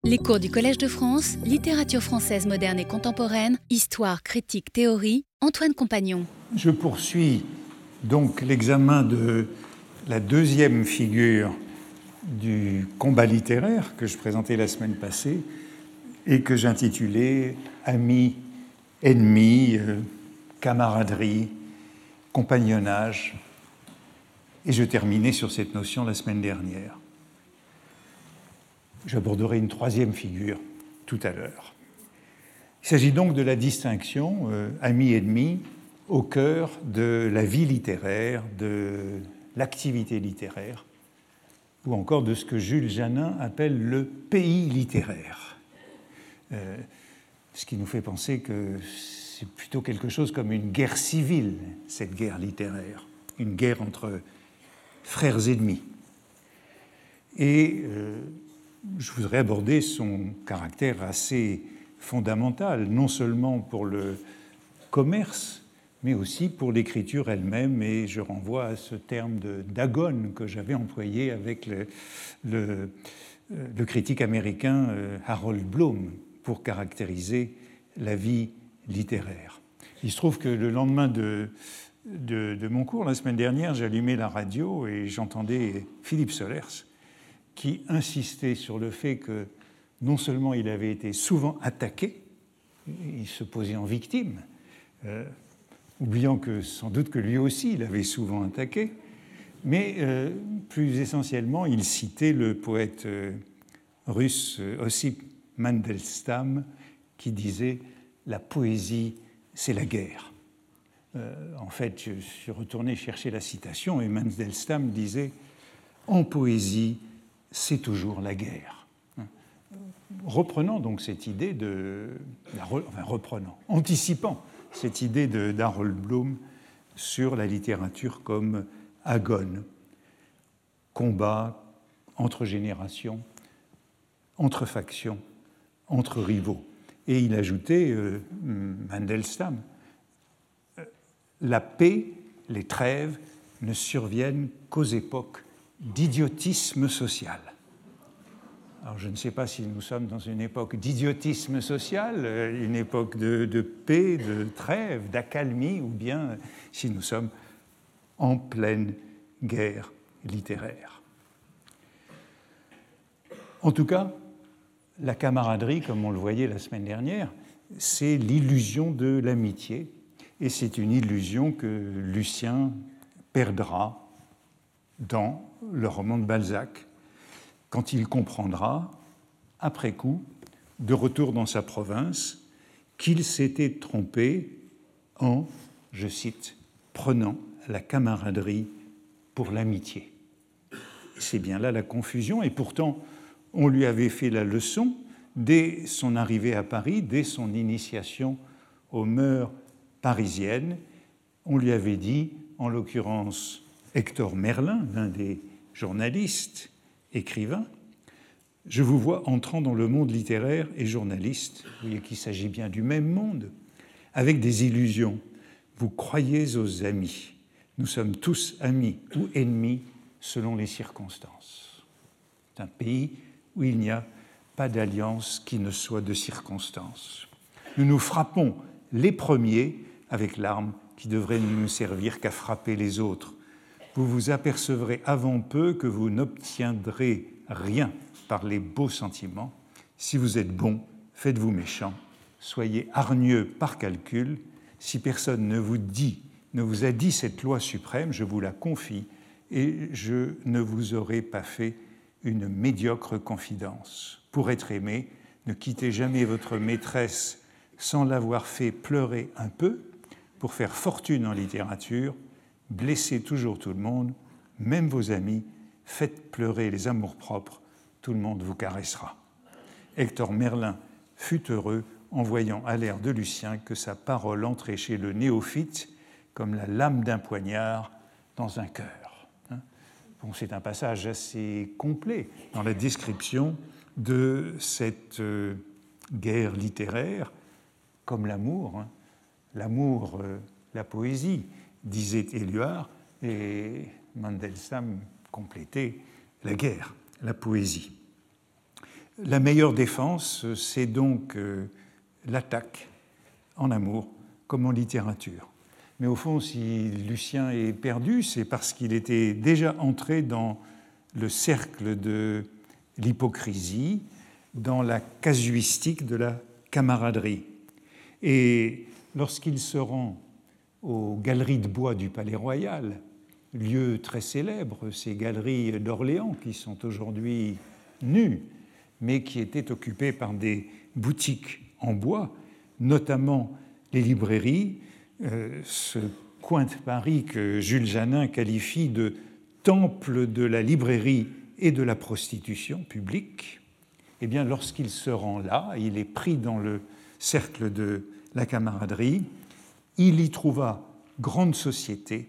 Les cours du Collège de France, littérature française moderne et contemporaine, histoire, critique, théorie, Antoine Compagnon. Je poursuis donc l'examen de la deuxième figure du combat littéraire que je présentais la semaine passée et que j'intitulais « Amis, ennemis, camaraderie, compagnonnage ». Et je terminais sur cette notion la semaine dernière. J'aborderai une troisième figure tout à l'heure. Il s'agit donc de la distinction amis-ennemis au cœur de la vie littéraire, de l'activité littéraire, ou encore de ce que Jules Janin appelle le pays littéraire. Ce qui nous fait penser que c'est plutôt quelque chose comme une guerre civile, cette guerre littéraire, une guerre entre frères ennemis. Et je voudrais aborder son caractère assez fondamental, non seulement pour le commerce, mais aussi pour l'écriture elle-même, et je renvoie à ce terme d'agone que j'avais employé avec le critique américain Harold Bloom pour caractériser la vie littéraire. Il se trouve que le lendemain de mon cours, la semaine dernière, j'allumais la radio et j'entendais Philippe Solers qui insistait sur le fait que non seulement il avait été souvent attaqué, il se posait en victime, oubliant que sans doute que lui aussi il avait souvent attaqué, mais plus essentiellement il citait le poète russe Ossip Mandelstam qui disait « La poésie, c'est la guerre ». En fait, je suis retourné chercher la citation et Mandelstam disait « En poésie, c'est toujours la guerre ». Reprenant donc cette idée anticipant cette idée d'Harold Bloom sur la littérature comme agone, combat entre générations, entre factions, entre rivaux. Et il ajoutait, Mandelstam, la paix, les trêves ne surviennent qu'aux époques d'idiotisme social. Alors je ne sais pas si nous sommes dans une époque d'idiotisme social, une époque de paix, de trêve, d'accalmie, ou bien si nous sommes en pleine guerre littéraire. En tout cas, la camaraderie, comme on le voyait la semaine dernière, c'est l'illusion de l'amitié, et c'est une illusion que Lucien perdra dans le roman de Balzac, quand il comprendra, après coup, de retour dans sa province, qu'il s'était trompé en, je cite, prenant la camaraderie pour l'amitié. C'est bien là la confusion, et pourtant, on lui avait fait la leçon dès son arrivée à Paris, dès son initiation aux mœurs parisiennes. On lui avait dit, en l'occurrence Hector Merlin, l'un des journalistes, écrivain, je vous vois entrant dans le monde littéraire et journaliste, vous voyez qu'il s'agit bien du même monde, avec des illusions. Vous croyez aux amis. Nous sommes tous amis ou ennemis selon les circonstances. C'est un pays où il n'y a pas d'alliance qui ne soit de circonstances. Nous nous frappons les premiers avec l'arme qui devrait ne nous servir qu'à frapper les autres. Vous vous apercevrez avant peu que vous n'obtiendrez rien par les beaux sentiments. Si vous êtes bon, faites-vous méchant. Soyez hargneux par calcul. Si personne ne vous a dit cette loi suprême, je vous la confie et je ne vous aurai pas fait une médiocre confidence. Pour être aimé, ne quittez jamais votre maîtresse sans l'avoir fait pleurer un peu. Pour faire fortune en littérature, blessez toujours tout le monde, même vos amis, faites pleurer les amours-propres, tout le monde vous caressera. Hector Merlin fut heureux en voyant à l'air de Lucien que sa parole entrait chez le néophyte comme la lame d'un poignard dans un cœur. Bon, c'est un passage assez complet dans la description de cette guerre littéraire, comme l'amour. L'amour, la poésie, disait Éluard, et Mandelstam complétait la guerre, la poésie. La meilleure défense, c'est donc l'attaque en amour comme en littérature. Mais au fond, si Lucien est perdu, c'est parce qu'il était déjà entré dans le cercle de l'hypocrisie, dans la casuistique de la camaraderie. Et lorsqu'il se rend aux galeries de bois du Palais Royal, lieu très célèbre, ces galeries d'Orléans qui sont aujourd'hui nues, mais qui étaient occupées par des boutiques en bois, notamment les librairies, ce coin de Paris que Jules Janin qualifie de temple de la librairie et de la prostitution publique. Eh bien, lorsqu'il se rend là, il est pris dans le cercle de la camaraderie, il y trouva grande société,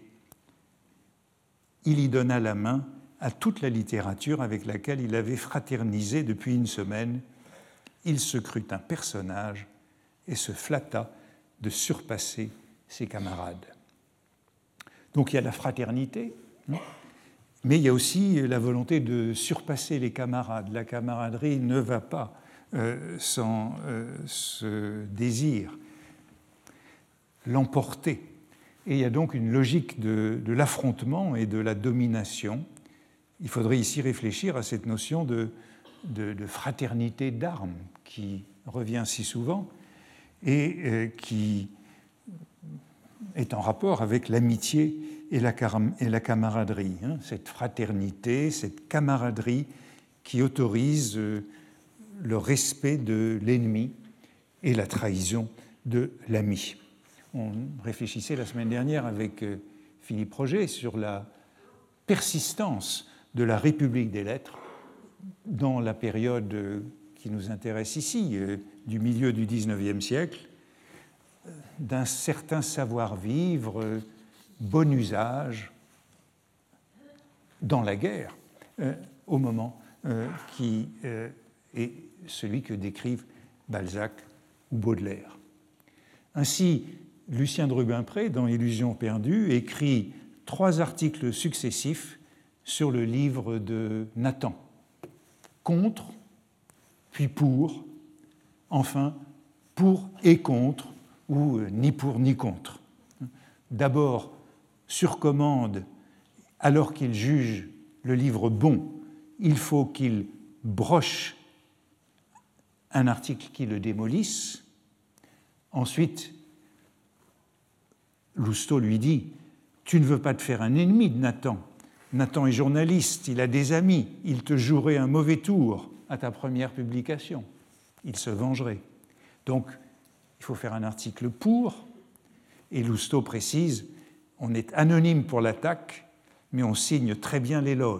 il y donna la main à toute la littérature avec laquelle il avait fraternisé depuis une semaine. Il se crut un personnage et se flatta de surpasser ses camarades. Donc il y a la fraternité, mais il y a aussi la volonté de surpasser les camarades. La camaraderie ne va pas sans ce désir l'emporter. Et il y a donc une logique de l'affrontement et de la domination. Il faudrait ici réfléchir à cette notion de fraternité d'armes qui revient si souvent et qui est en rapport avec l'amitié et la camaraderie. Cette fraternité, cette camaraderie qui autorise le respect de l'ennemi et la trahison de l'ami. On réfléchissait la semaine dernière avec Philippe Roger sur la persistance de la République des lettres dans la période qui nous intéresse ici, du milieu du XIXe siècle, d'un certain savoir-vivre, bon usage dans la guerre, au moment qui est celui que décrivent Balzac ou Baudelaire. Ainsi, Lucien de Rubempré, dans Illusions perdues, écrit 3 articles successifs sur le livre de Nathan. Contre, puis pour, enfin pour et contre, ou ni pour ni contre. D'abord, sur commande, alors qu'il juge le livre bon, il faut qu'il broche un article qui le démolisse. Ensuite, Lousteau lui dit « Tu ne veux pas te faire un ennemi de Nathan. Nathan est journaliste, il a des amis, il te jouerait un mauvais tour à ta première publication. Il se vengerait. Donc, il faut faire un article pour, et Lousteau précise « On est anonyme pour l'attaque, mais on signe très bien l'éloge. »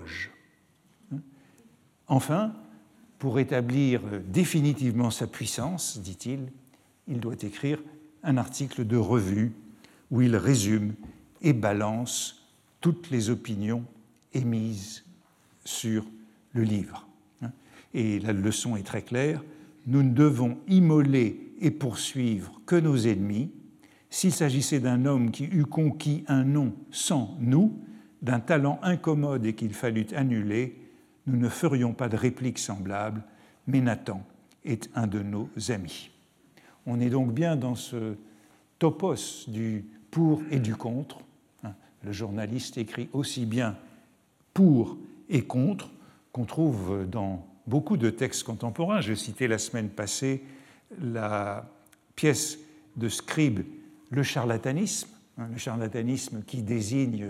Enfin, pour établir définitivement sa puissance, dit-il, il doit écrire un article de revue où il résume et balance toutes les opinions émises sur le livre. Et la leçon est très claire, nous ne devons immoler et poursuivre que nos ennemis. S'il s'agissait d'un homme qui eût conquis un nom sans nous, d'un talent incommode et qu'il fallut annuler, nous ne ferions pas de réplique semblable, mais Nathan est un de nos amis. On est donc bien dans ce topos du pour et du contre. Le journaliste écrit aussi bien pour et contre qu'on trouve dans beaucoup de textes contemporains. Je citais la semaine passée la pièce de Scribe, le charlatanisme qui désigne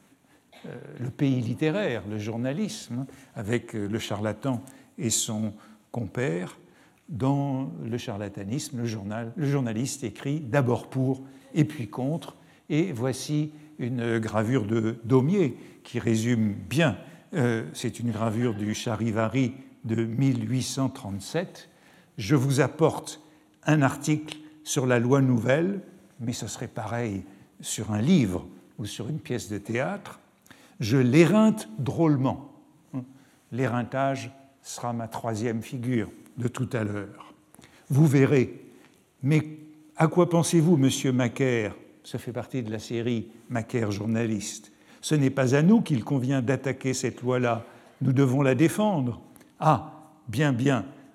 le pays littéraire, le journalisme, avec le charlatan et son compère. Dans le charlatanisme, le journaliste écrit d'abord pour et puis contre. Et voici une gravure de Daumier qui résume bien. C'est une gravure du Charivari de 1837. Je vous apporte un article sur la loi nouvelle, mais ce serait pareil sur un livre ou sur une pièce de théâtre. Je l'éreinte drôlement. L'éreintage sera ma 3e figure de tout à l'heure. Vous verrez. Mais à quoi pensez-vous, monsieur Macaire ? Ça fait partie de la série Macaire journaliste. Ce n'est pas à nous qu'il convient d'attaquer cette loi-là. Nous devons la défendre. Ah, bien, bien,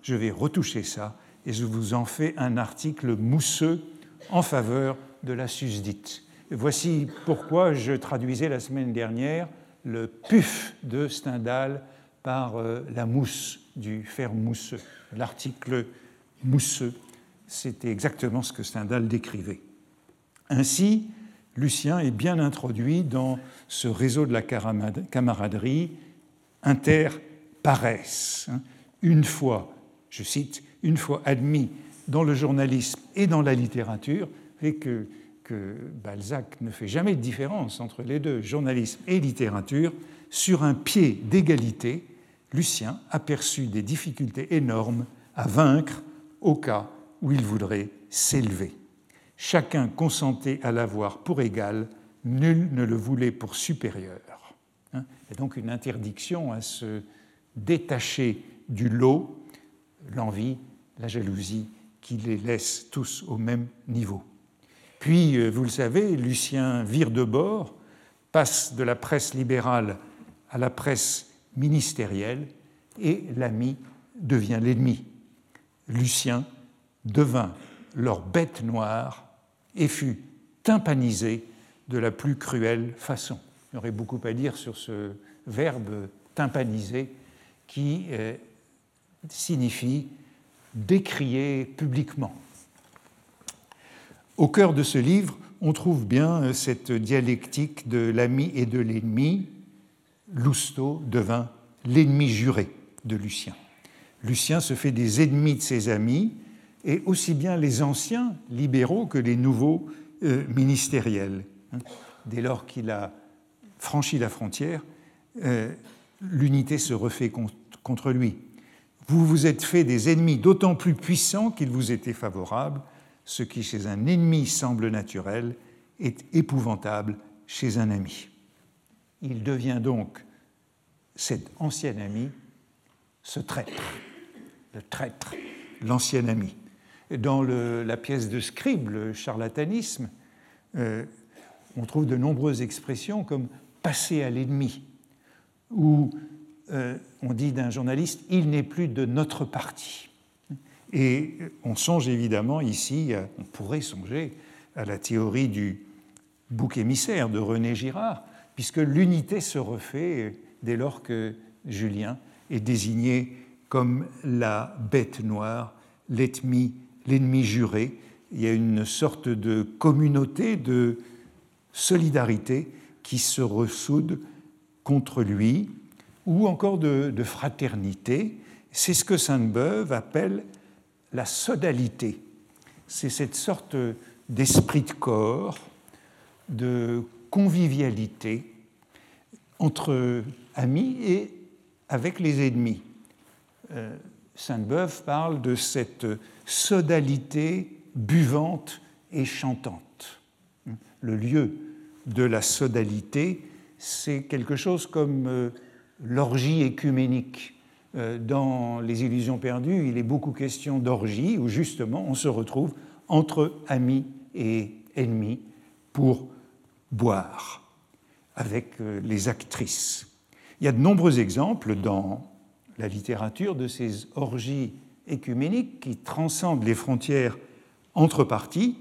je vais retoucher ça et je vous en fais un article mousseux en faveur de la susdite. Et voici pourquoi je traduisais la semaine dernière le puf de Stendhal par la mousse du fer mousseux. L'article mousseux, c'était exactement ce que Stendhal décrivait. Ainsi, Lucien est bien introduit dans ce réseau de la camaraderie inter-pares. Une fois, je cite, une fois admis dans le journalisme et dans la littérature, et que Balzac ne fait jamais de différence entre les deux, journalisme et littérature, sur un pied d'égalité, Lucien aperçut des difficultés énormes à vaincre au cas où il voudrait s'élever. Chacun consentait à l'avoir pour égal, nul ne le voulait pour supérieur. Il y a donc une interdiction à se détacher du lot, l'envie, la jalousie, qui les laisse tous au même niveau. Puis, vous le savez, Lucien vire de bord, passe de la presse libérale à la presse ministérielle, et l'ami devient l'ennemi. Lucien devint leur bête noire et fut tympanisé de la plus cruelle façon. Il y aurait beaucoup à dire sur ce verbe tympaniser qui signifie décrier publiquement. Au cœur de ce livre, on trouve bien cette dialectique de l'ami et de l'ennemi. Lousteau devint l'ennemi juré de Lucien. Lucien se fait des ennemis de ses amis, et aussi bien les anciens libéraux que les nouveaux ministériels. Dès lors qu'il a franchi la frontière, l'unité se refait contre lui. Vous vous êtes fait des ennemis d'autant plus puissants qu'ils vous étaient favorables. Ce qui chez un ennemi semble naturel est épouvantable chez un ami. Il devient donc cet ancien ami, ce traître, le traître, l'ancien ami. Dans la pièce de Scribe, le charlatanisme, on trouve de nombreuses expressions comme « passer à l'ennemi » ou on dit d'un journaliste « il n'est plus de notre parti ». Et on songe évidemment ici, on pourrait songer à la théorie du bouc émissaire de René Girard, puisque l'unité se refait dès lors que Julien est désigné comme la bête noire, l'ennemi juré. Il y a une sorte de communauté, de solidarité qui se ressoude contre lui, ou encore de fraternité. C'est ce que Sainte-Beuve appelle la sodalité. C'est cette sorte d'esprit de corps, de convivialité entre amis et avec les ennemis. Sainte-Beuve parle de cette sodalité buvante et chantante. Le lieu de la sodalité, c'est quelque chose comme l'orgie écuménique. Dans Les Illusions perdues, il est beaucoup question d'orgie, où justement on se retrouve entre amis et ennemis pour boire avec les actrices. Il y a de nombreux exemples dans la littérature de ces orgies écuméniques qui transcendent les frontières entre parties.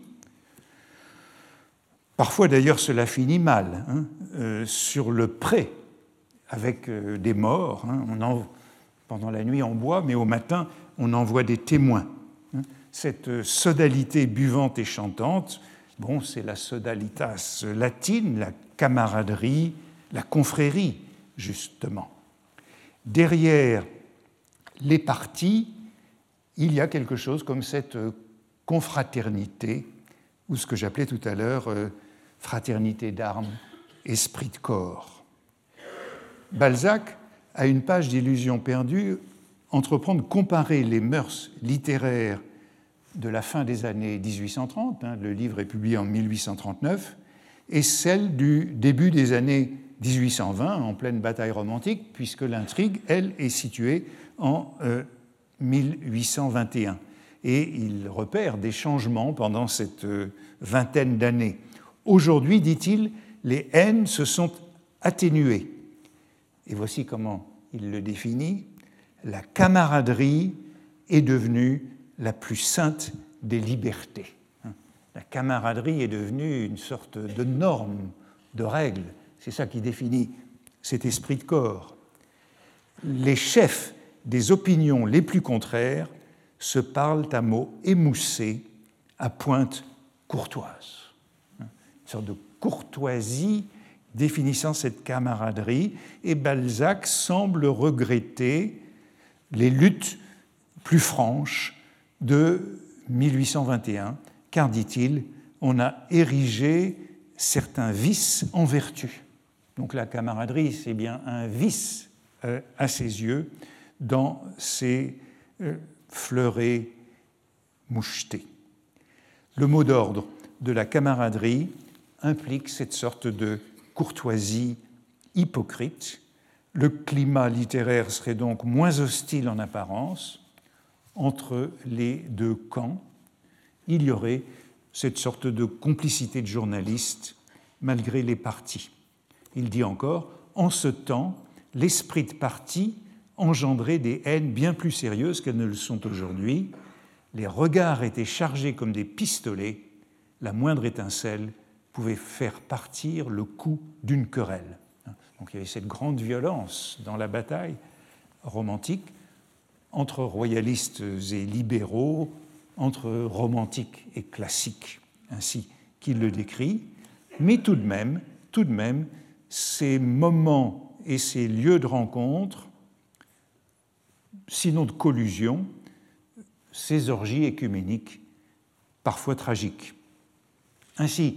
Parfois d'ailleurs cela finit mal, sur le pré, avec des morts. Pendant la nuit on boit, mais au matin on envoie des témoins. Cette sodalité buvante et chantante, c'est la sodalitas latine, la camaraderie, la confrérie, justement. Derrière les partis, il y a quelque chose comme cette confraternité, ou ce que j'appelais tout à l'heure fraternité d'armes, esprit de corps. Balzac, à une page d'Illusions perdues, entreprend de comparer les mœurs littéraires de la fin des années 1830, le livre est publié en 1839, et celles du début des années 1820, en pleine bataille romantique, puisque l'intrigue, elle, est située en 1821. Et il repère des changements pendant cette vingtaine d'années. Aujourd'hui, dit-il, les haines se sont atténuées. Et voici comment il le définit. La camaraderie est devenue la plus sainte des libertés. La camaraderie est devenue une sorte de norme, de règle. C'est ça qui définit cet esprit de corps. Les chefs des opinions les plus contraires se parlent à mots émoussés, à pointe courtoise. Une sorte de courtoisie définissant cette camaraderie, et Balzac semble regretter les luttes plus franches de 1821, car, dit-il, on a érigé certains vices en vertus. Donc la camaraderie, c'est bien un vice à ses yeux dans ces fleurets mouchetés. Le mot d'ordre de la camaraderie implique cette sorte de courtoisie hypocrite. Le climat littéraire serait donc moins hostile en apparence. Entre les deux camps, il y aurait cette sorte de complicité de journalistes malgré les partis. Il dit encore, en ce temps, l'esprit de parti engendrait des haines bien plus sérieuses qu'elles ne le sont aujourd'hui. Les regards étaient chargés comme des pistolets. La moindre étincelle pouvait faire partir le coup d'une querelle. Donc il y avait cette grande violence dans la bataille romantique entre royalistes et libéraux, entre romantiques et classiques, ainsi qu'il le décrit. Mais tout de même, ces moments et ces lieux de rencontre, sinon de collusion, ces orgies écuméniques, parfois tragiques. Ainsi,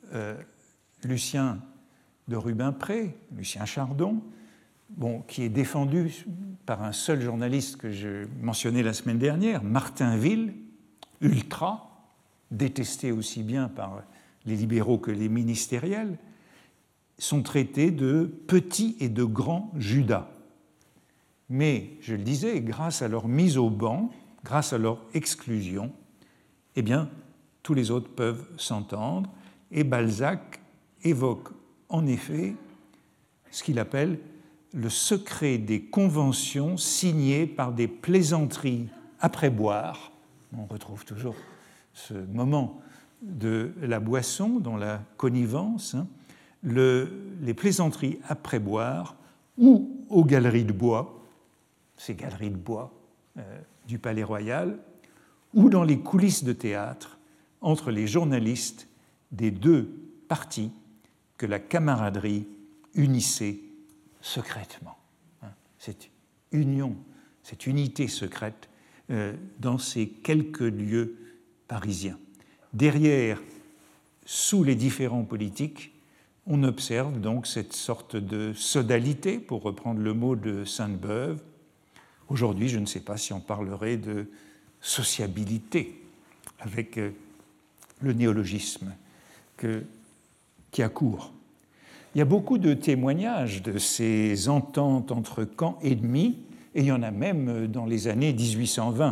Lucien de Rubempré, Lucien Chardon, qui est défendu par un seul journaliste que je mentionnais la semaine dernière, Martin Ville, ultra, détesté aussi bien par les libéraux que les ministériels, sont traités de petits et de grands Judas. Mais, je le disais, grâce à leur mise au ban, grâce à leur exclusion, eh bien, tous les autres peuvent s'entendre. Et Balzac évoque en effet ce qu'il appelle le secret des conventions signées par des plaisanteries après boire. On retrouve toujours ce moment de la boisson dans la connivence, les plaisanteries après boire ou aux galeries de bois, ces galeries de bois du Palais Royal, ou dans les coulisses de théâtre entre les journalistes des deux partis que la camaraderie unissait secrètement. Cette union, cette unité secrète dans ces quelques lieux parisiens. Derrière, sous les différents politiques, on observe donc cette sorte de sodalité, pour reprendre le mot de Sainte-Beuve. Aujourd'hui, je ne sais pas si on parlerait de sociabilité avec le néologisme qui accourt. Il y a beaucoup de témoignages de ces ententes entre camps ennemis, et il y en a même dans les années 1820.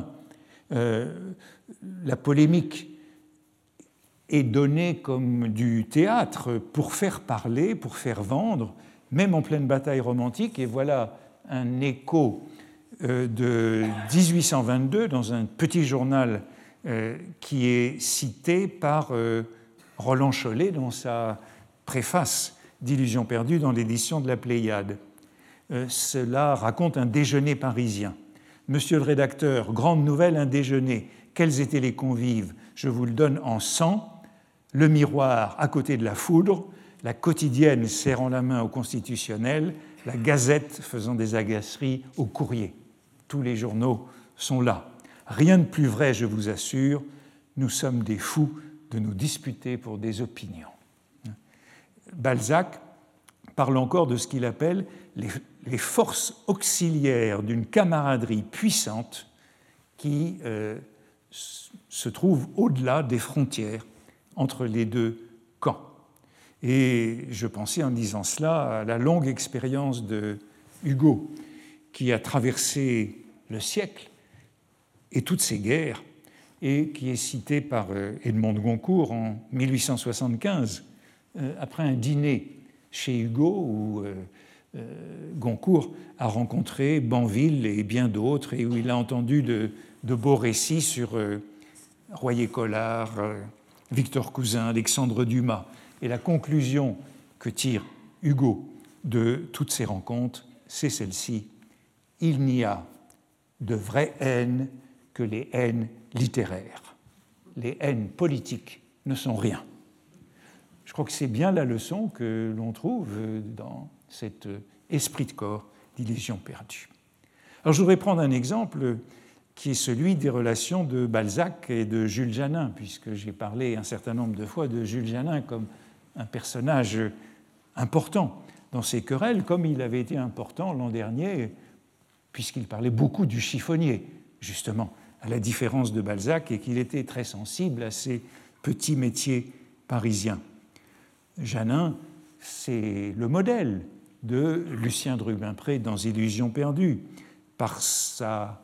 La polémique est donnée comme du théâtre pour faire parler, pour faire vendre, même en pleine bataille romantique. Et voilà un écho de 1822 dans un petit journal qui est cité par Roland Chollet dans sa préface d'Illusions perdues dans l'édition de la Pléiade. Cela raconte un déjeuner parisien. Monsieur le rédacteur, grande nouvelle, un déjeuner. Quels étaient les convives? Je vous le donne en 100. Le miroir à côté de la foudre, la quotidienne serrant la main au constitutionnel, la gazette faisant des agaceries au courrier. Tous les journaux sont là. Rien de plus vrai, je vous assure, nous sommes des fous de nous disputer pour des opinions. Balzac parle encore de ce qu'il appelle les forces auxiliaires d'une camaraderie puissante qui se trouve au-delà des frontières entre les deux camps. Et je pensais en disant cela à la longue expérience de Hugo, qui a traversé le siècle et toutes ces guerres, et qui est cité par Edmond de Goncourt en 1875, après un dîner chez Hugo où Goncourt a rencontré Banville et bien d'autres, et où il a entendu de beaux récits sur Royer-Collard, Victor Cousin, Alexandre Dumas. Et la conclusion que tire Hugo de toutes ces rencontres, c'est celle-ci. Il n'y a de vraie haine que les haines littéraires. Les haines politiques ne sont rien. Je crois que c'est bien la leçon que l'on trouve dans cet esprit de corps d'Illusion perdue. Alors je voudrais prendre un exemple qui est celui des relations de Balzac et de Jules Janin, puisque j'ai parlé un certain nombre de fois de Jules Janin comme un personnage important dans ces querelles, comme il avait été important l'an dernier, puisqu'il parlait beaucoup du chiffonnier, justement, à la différence de Balzac, et qu'il était très sensible à ces petits métiers parisiens. Janin, c'est le modèle de Lucien de Rubempré dans Illusion perdue, par sa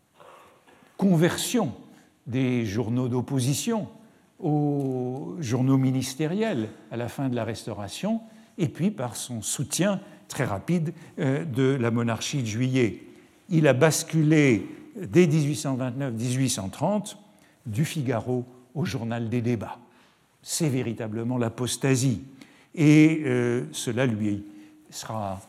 conversion des journaux d'opposition aux journaux ministériels à la fin de la Restauration, et puis par son soutien très rapide de la monarchie de Juillet. Il a basculé dès 1829-1830 du Figaro au journal des débats. C'est véritablement l'apostasie. Et cela lui sera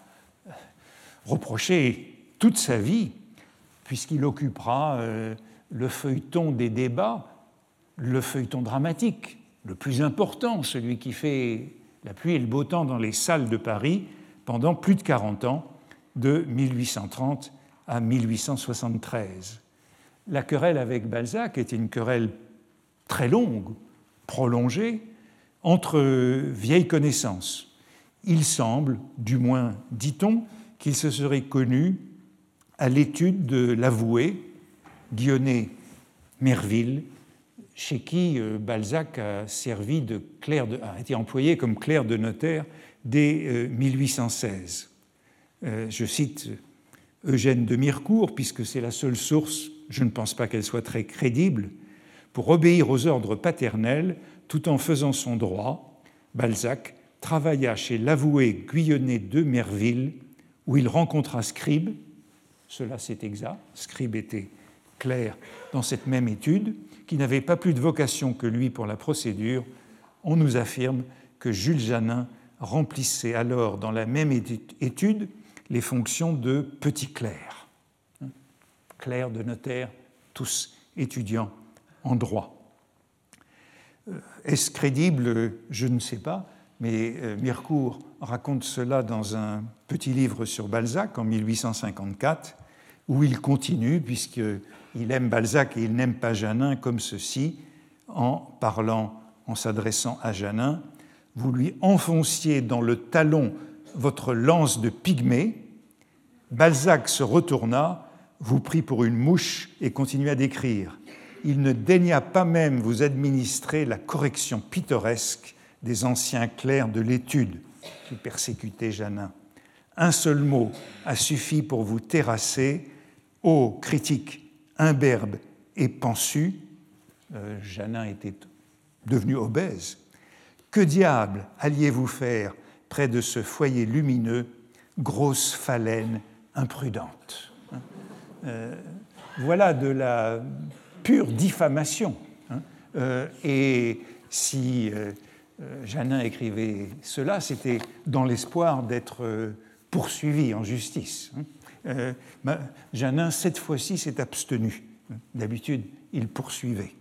reproché toute sa vie, puisqu'il occupera le feuilleton des débats, le feuilleton dramatique, le plus important, celui qui fait la pluie et le beau temps dans les salles de Paris pendant plus de 40 ans, de 1830 à 1873. La querelle avec Balzac était une querelle très longue, prolongée, entre vieilles connaissances. Il semble, du moins dit-on, qu'il se serait connu à l'étude de l'avoué Guionnet Merville, chez qui Balzac a été employé comme clerc de notaire dès 1816. Je cite Eugène de Mirecourt, puisque c'est la seule source, je ne pense pas qu'elle soit très crédible, pour obéir aux ordres paternels tout en faisant son droit. Balzac travailla chez l'avoué Guionnet de Merville, où il rencontra Scribe. Cela c'est exact, Scribe était clerc dans cette même étude, qui n'avait pas plus de vocation que lui pour la procédure. On nous affirme que Jules Janin remplissait alors dans la même étude les fonctions de petit clerc. Clerc de notaire, tous étudiants en droit. Est-ce crédible? Je ne sais pas, mais Mirecourt raconte cela dans un petit livre sur Balzac en 1854, où il continue, puisqu'il aime Balzac et il n'aime pas Janin, comme ceci, en s'adressant à Janin: vous lui enfonciez dans le talon votre lance de pygmée. Balzac se retourna, vous prit pour une mouche et continua d'écrire. Il ne daigna pas même vous administrer la correction pittoresque des anciens clercs de l'étude qui persécutaient Janin. Un seul mot a suffi pour vous terrasser, ô critique imberbe et pansu. Janin était devenu obèse. Que diable alliez-vous faire près de ce foyer lumineux, grosse phalène imprudente? Voilà de la pure diffamation. Et si Janin écrivait cela, c'était dans l'espoir d'être poursuivi en justice. Janin, cette fois-ci, s'est abstenu. D'habitude, il poursuivait.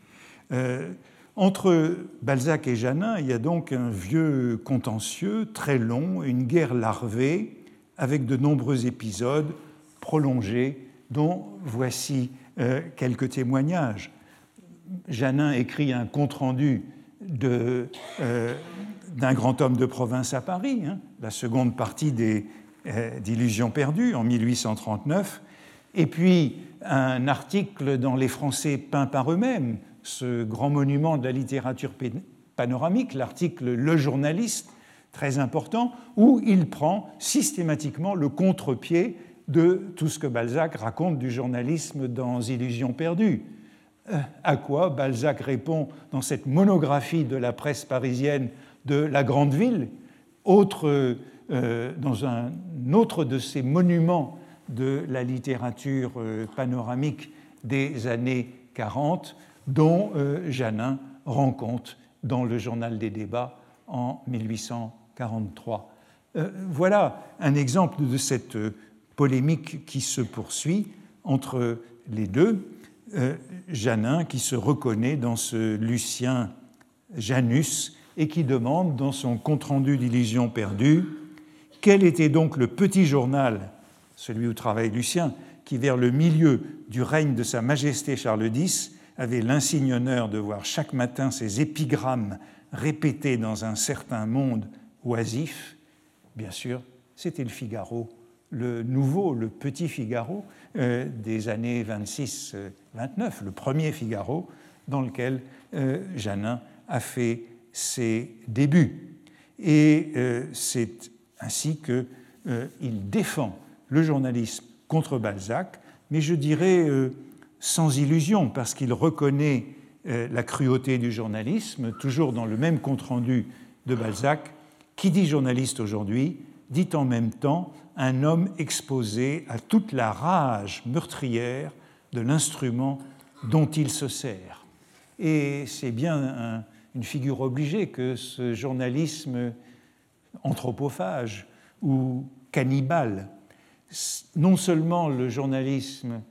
Entre Balzac et Janin, il y a donc un vieux contentieux très long, une guerre larvée, avec de nombreux épisodes prolongés, dont voici quelques témoignages. Janin écrit un compte-rendu d'un grand homme de province à Paris, la seconde partie d'Illusion perdue, en 1839, et puis un article dans Les Français peints par eux-mêmes, ce grand monument de la littérature panoramique, l'article Le Journaliste, très important, où il prend systématiquement le contre-pied de tout ce que Balzac raconte du journalisme dans Illusion perdue. À quoi Balzac répond dans cette monographie de la presse parisienne de la grande ville, autre dans un autre de ces monuments de la littérature panoramique des années 40, dont Janin rend compte dans le Journal des débats en 1843. Voilà un exemple de cette polémique qui se poursuit entre les deux. Janin qui se reconnaît dans ce Lucien Janus et qui demande dans son compte-rendu d'Illusions perdues quel était donc le petit journal, celui où travaille Lucien, qui vers le milieu du règne de Sa Majesté Charles X avait l'insigne honneur de voir chaque matin ses épigrammes répétés dans un certain monde oisif. Bien sûr, c'était le Figaro, le nouveau, le petit Figaro des années 26-29, le premier Figaro dans lequel Janin a fait ses débuts. Et c'est ainsi qu'il défend le journalisme contre Balzac, mais je dirais sans illusion, parce qu'il reconnaît la cruauté du journalisme, toujours dans le même compte-rendu de Balzac. Qui dit journaliste aujourd'hui dit en même temps un homme exposé à toute la rage meurtrière de l'instrument dont il se sert. Et c'est bien une figure obligée que ce journalisme anthropophage ou cannibale. Non seulement le journalisme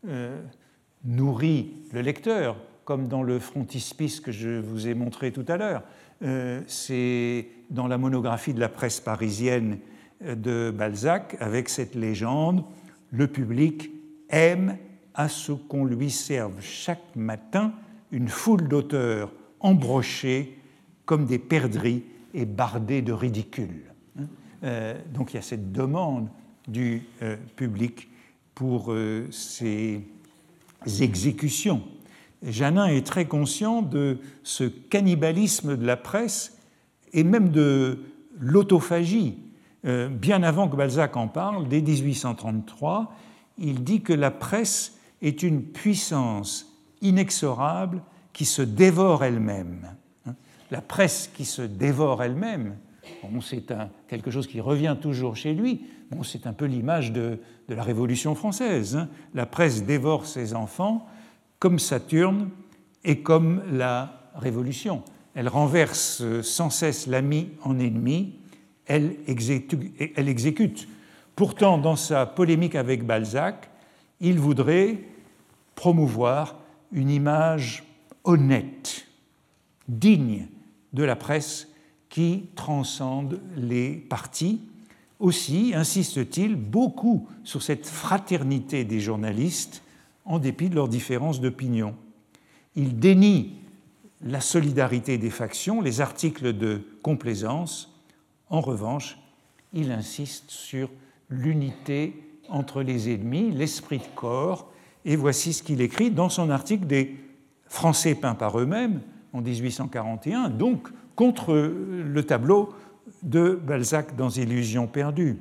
nourrit le lecteur, comme dans le frontispice que je vous ai montré tout à l'heure, c'est dans la monographie de la presse parisienne de Balzac, avec cette légende, le public aime à ce qu'on lui serve chaque matin une foule d'auteurs embrochés comme des perdrix et bardés de ridicule. Donc il y a cette demande du public pour ces exécutions. Janin est très conscient de ce cannibalisme de la presse et même de l'autophagie. Bien avant que Balzac en parle, dès 1833, il dit que la presse est une puissance inexorable qui se dévore elle-même. La presse qui se dévore elle-même, bon, c'est quelque chose qui revient toujours chez lui. Bon, c'est un peu l'image de la Révolution française. La presse dévore ses enfants comme Saturne et comme la Révolution. Elle renverse sans cesse l'ami en ennemi, elle exécute. Pourtant, dans sa polémique avec Balzac, il voudrait promouvoir une image honnête, digne de la presse qui transcende les partis. Aussi insiste-t-il beaucoup sur cette fraternité des journalistes en dépit de leurs différences d'opinion. Il dénie la solidarité des factions, les articles de complaisance. En revanche, il insiste sur l'unité entre les ennemis, l'esprit de corps, et voici ce qu'il écrit dans son article des Français peints par eux-mêmes en 1841, donc contre le tableau de Balzac dans Illusions perdues.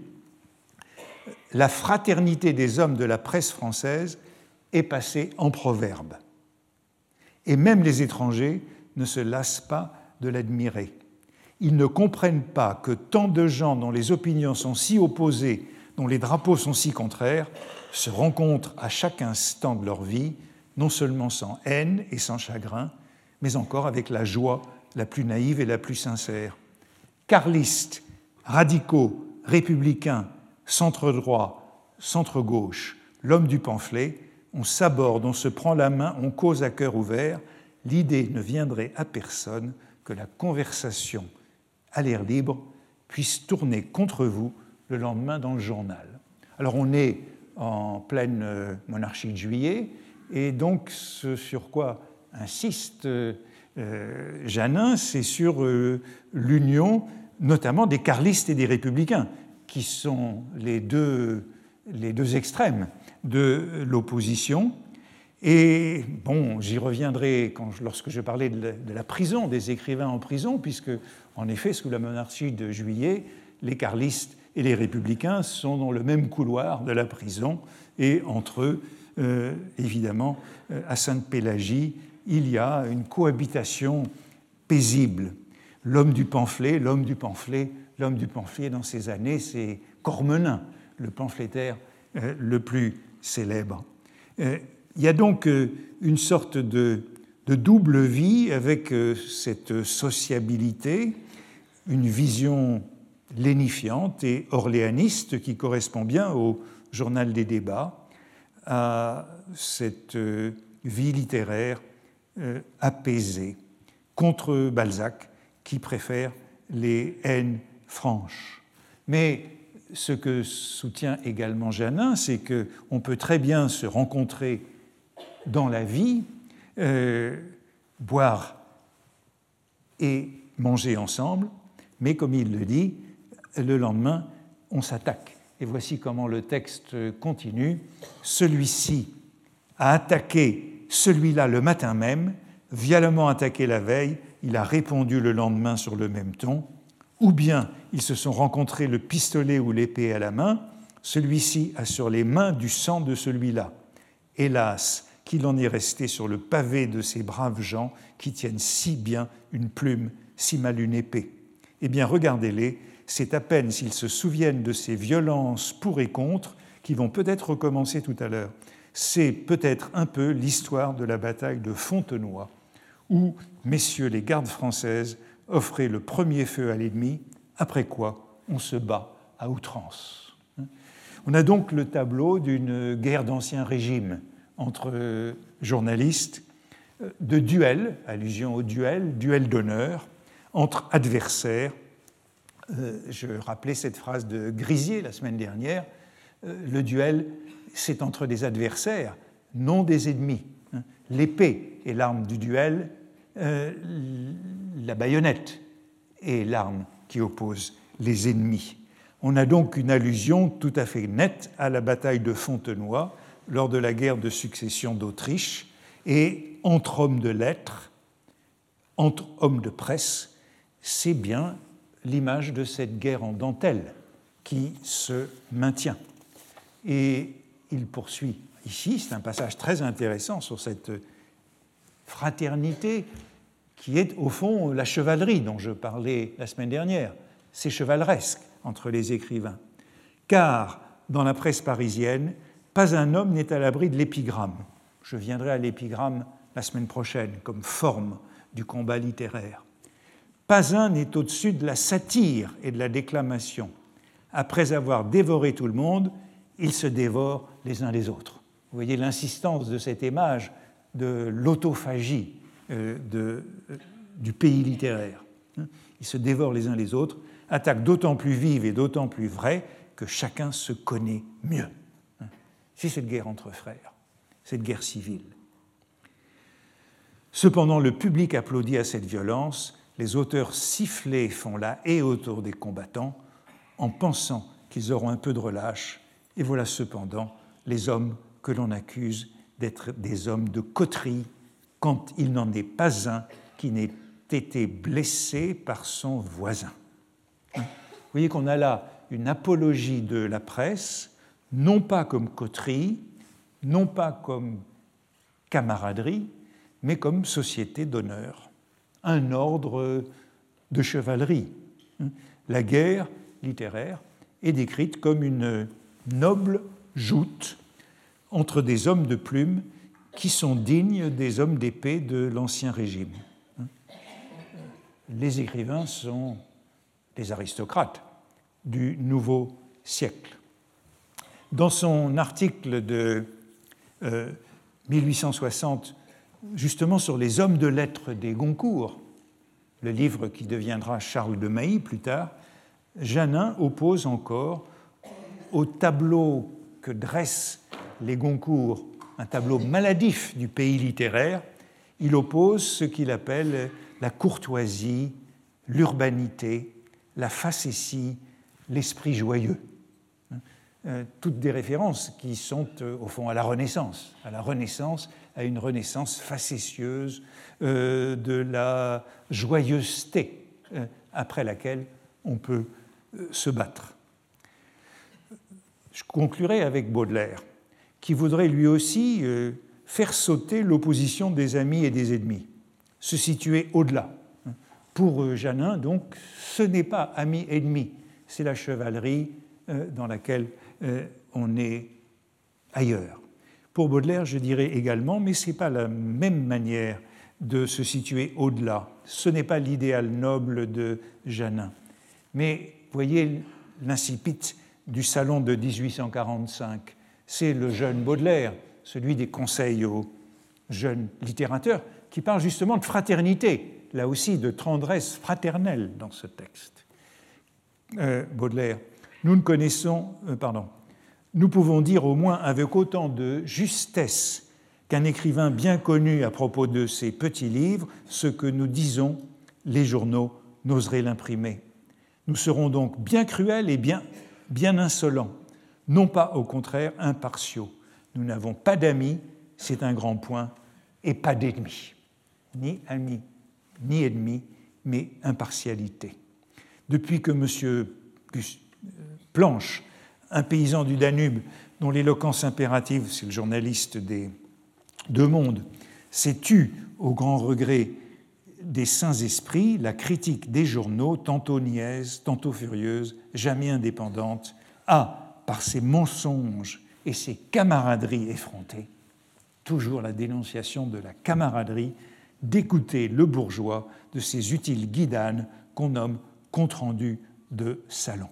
La fraternité des hommes de la presse française est passée en proverbe. Et même les étrangers ne se lassent pas de l'admirer. Ils ne comprennent pas que tant de gens dont les opinions sont si opposées, dont les drapeaux sont si contraires, se rencontrent à chaque instant de leur vie, non seulement sans haine et sans chagrin, mais encore avec la joie la plus naïve et la plus sincère. Carlistes, radicaux, républicains, centre-droit, centre-gauche, l'homme du pamphlet, on s'aborde, on se prend la main, on cause à cœur ouvert. L'idée ne viendrait à personne que la conversation à l'air libre puisse tourner contre vous le lendemain dans le journal. Alors on est en pleine monarchie de Juillet, et donc ce sur quoi insiste Janin, c'est sur l'union notamment des carlistes et des républicains, qui sont les deux extrêmes de l'opposition. Et bon, j'y reviendrai lorsque je parlais de la prison, des écrivains en prison, puisque, en effet, sous la monarchie de Juillet, les carlistes et les républicains sont dans le même couloir de la prison, et entre eux, évidemment, à Sainte-Pélagie, il y a une cohabitation paisible. L'homme du pamphlet l'homme du pamphlet dans ces années, c'est Cormenin, le pamphlétaire le plus célèbre. Il y a donc une sorte de double vie avec cette sociabilité, une vision lénifiante et orléaniste qui correspond bien au journal des débats, à cette vie littéraire apaisée contre Balzac qui préfère les haines franches. Mais ce que soutient également Janin, c'est qu'on peut très bien se rencontrer dans la vie, boire et manger ensemble, mais comme il le dit, le lendemain, on s'attaque. Et voici comment le texte continue. Celui-ci a attaqué celui-là le matin même, violemment attaqué la veille, il a répondu le lendemain sur le même ton, ou bien ils se sont rencontrés le pistolet ou l'épée à la main, celui-ci a sur les mains du sang de celui-là. Hélas, qu'il en est resté sur le pavé de ces braves gens qui tiennent si bien une plume, si mal une épée. Eh bien, regardez-les, c'est à peine s'ils se souviennent de ces violences pour et contre qui vont peut-être recommencer tout à l'heure. C'est peut-être un peu l'histoire de la bataille de Fontenoy, où, messieurs les gardes françaises, offraient le premier feu à l'ennemi, après quoi on se bat à outrance. On a donc le tableau d'une guerre d'Ancien Régime entre journalistes, de duels, allusion au duel d'honneur, entre adversaires. Je rappelais cette phrase de Grisier la semaine dernière, le duel, c'est entre des adversaires, non des ennemis. L'épée est l'arme du duel, la baïonnette est l'arme qui oppose les ennemis. On a donc une allusion tout à fait nette à la bataille de Fontenoy lors de la guerre de succession d'Autriche, et entre hommes de lettres, entre hommes de presse, c'est bien l'image de cette guerre en dentelle qui se maintient. Et il poursuit ici, c'est un passage très intéressant sur cette fraternité qui est au fond la chevalerie dont je parlais la semaine dernière. C'est chevaleresque entre les écrivains. Car dans la presse parisienne, pas un homme n'est à l'abri de l'épigramme. Je viendrai à l'épigramme la semaine prochaine comme forme du combat littéraire. Pas un n'est au-dessus de la satire et de la déclamation. Après avoir dévoré tout le monde, ils se dévorent les uns les autres. Vous voyez l'insistance de cette image de l'autophagie du pays littéraire. Ils se dévorent les uns les autres, attaque d'autant plus vive et d'autant plus vraie que chacun se connaît mieux. C'est cette guerre entre frères, cette guerre civile. Cependant, le public applaudit à cette violence, les auteurs sifflés font la haie autour des combattants en pensant qu'ils auront un peu de relâche, et voilà cependant les hommes que l'on accuse d'être des hommes de coterie quand il n'en est pas un qui n'ait été blessé par son voisin. Vous voyez qu'on a là une apologie de la presse, non pas comme coterie, non pas comme camaraderie, mais comme société d'honneur, un ordre de chevalerie. La guerre littéraire est décrite comme une noble joute entre des hommes de plume qui sont dignes des hommes d'épée de l'Ancien Régime. Les écrivains sont des aristocrates du nouveau siècle. Dans son article de 1860, justement sur les hommes de lettres des Goncourt, le livre qui deviendra Charles de Mailly plus tard, Janin oppose encore au tableau que dressent les Goncourt, un tableau maladif du pays littéraire, il oppose ce qu'il appelle la courtoisie, l'urbanité, la facétie, l'esprit joyeux. Toutes des références qui sont au fond à la Renaissance, à une Renaissance facétieuse de la joyeuseté après laquelle on peut se battre. Je conclurai avec Baudelaire, qui voudrait lui aussi faire sauter l'opposition des amis et des ennemis, se situer au-delà, Pour Janin, donc, ce n'est pas ami-ennemi, c'est la chevalerie dans laquelle on est ailleurs. Pour Baudelaire, je dirais également, mais ce n'est pas la même manière de se situer au-delà. Ce n'est pas l'idéal noble de Janin. Mais voyez l'incipit du salon de 1845. C'est le jeune Baudelaire, celui des conseils aux jeunes littérateurs, qui parle justement de fraternité, là aussi de tendresse fraternelle dans ce texte. Baudelaire, nous pouvons dire au moins avec autant de justesse qu'un écrivain bien connu à propos de ses petits livres, ce que nous disons, les journaux n'oseraient l'imprimer. Nous serons donc bien cruels et bien insolents, non pas au contraire impartiaux. Nous n'avons pas d'amis, c'est un grand point, et pas d'ennemis. Ni amis, ni ennemis, mais impartialité. Depuis que M. Planche, un paysan du Danube, dont l'éloquence impérative, c'est le journaliste des Deux Mondes, s'est tu au grand regret des saints esprits, la critique des journaux, tantôt niaise, tantôt furieuse, jamais indépendante, a, par ses mensonges et ses camaraderies effrontées, toujours la dénonciation de la camaraderie, d'écouter le bourgeois de ces utiles guidanes qu'on nomme compte-rendu de salon.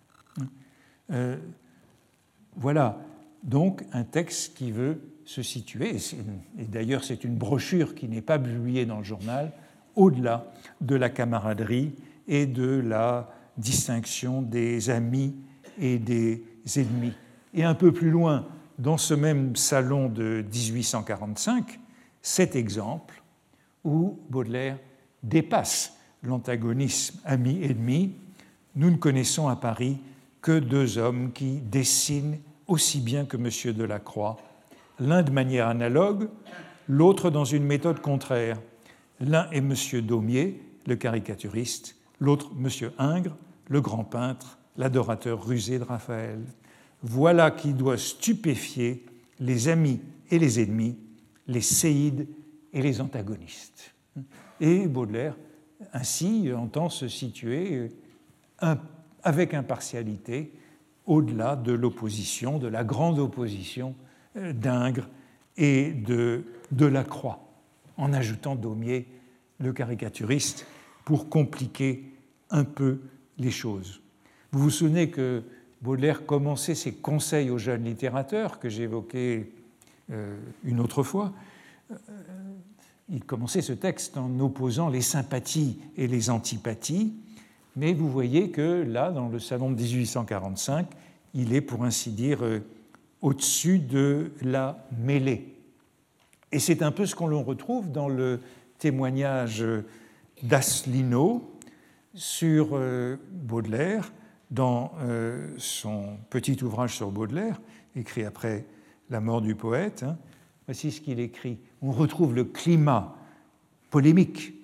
Voilà donc un texte qui veut se situer, et d'ailleurs c'est une brochure qui n'est pas publiée dans le journal, au-delà de la camaraderie et de la distinction des amis et des ennemis. Et un peu plus loin, dans ce même salon de 1845, cet exemple où Baudelaire dépasse l'antagonisme ami-ennemi. Nous ne connaissons à Paris que deux hommes qui dessinent aussi bien que M. Delacroix, l'un de manière analogue, l'autre dans une méthode contraire. L'un est M. Daumier, le caricaturiste, l'autre M. Ingres, le grand peintre, l'adorateur rusé de Raphaël. Voilà qui doit stupéfier les amis et les ennemis, les séides et les antagonistes. Et Baudelaire, ainsi, entend se situer avec impartialité au-delà de l'opposition, de la grande opposition d'Ingres et de Delacroix, en ajoutant Daumier, le caricaturiste, pour compliquer un peu les choses. Vous vous souvenez que Baudelaire commençait ses conseils aux jeunes littérateurs, que j'évoquais une autre fois. Il commençait ce texte en opposant les sympathies et les antipathies, mais vous voyez que là, dans le salon de 1845, il est, pour ainsi dire, au-dessus de la mêlée. Et c'est un peu ce qu'on retrouve dans le témoignage d'Asselineau sur Baudelaire, dans son petit ouvrage sur Baudelaire, écrit après la mort du poète. Voici ce qu'il écrit. On retrouve le climat polémique,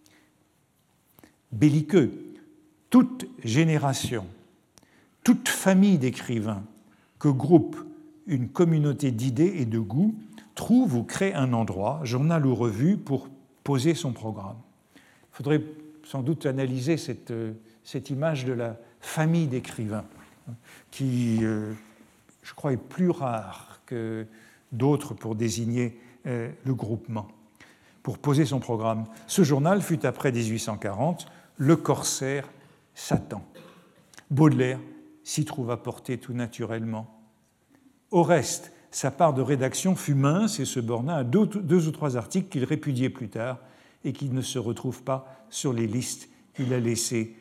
belliqueux. Toute génération, toute famille d'écrivains que groupe une communauté d'idées et de goûts trouve ou crée un endroit, journal ou revue, pour poser son programme. Il faudrait sans doute analyser cette image de la famille d'écrivains, qui, je crois, est plus rare que d'autres pour désigner le groupement, pour poser son programme. Ce journal fut, après 1840, le corsaire Satan. Baudelaire s'y trouva porté tout naturellement. Au reste, sa part de rédaction fut mince et se borna à deux ou trois articles qu'il répudiait plus tard et qui ne se retrouvent pas sur les listes qu'il a laissées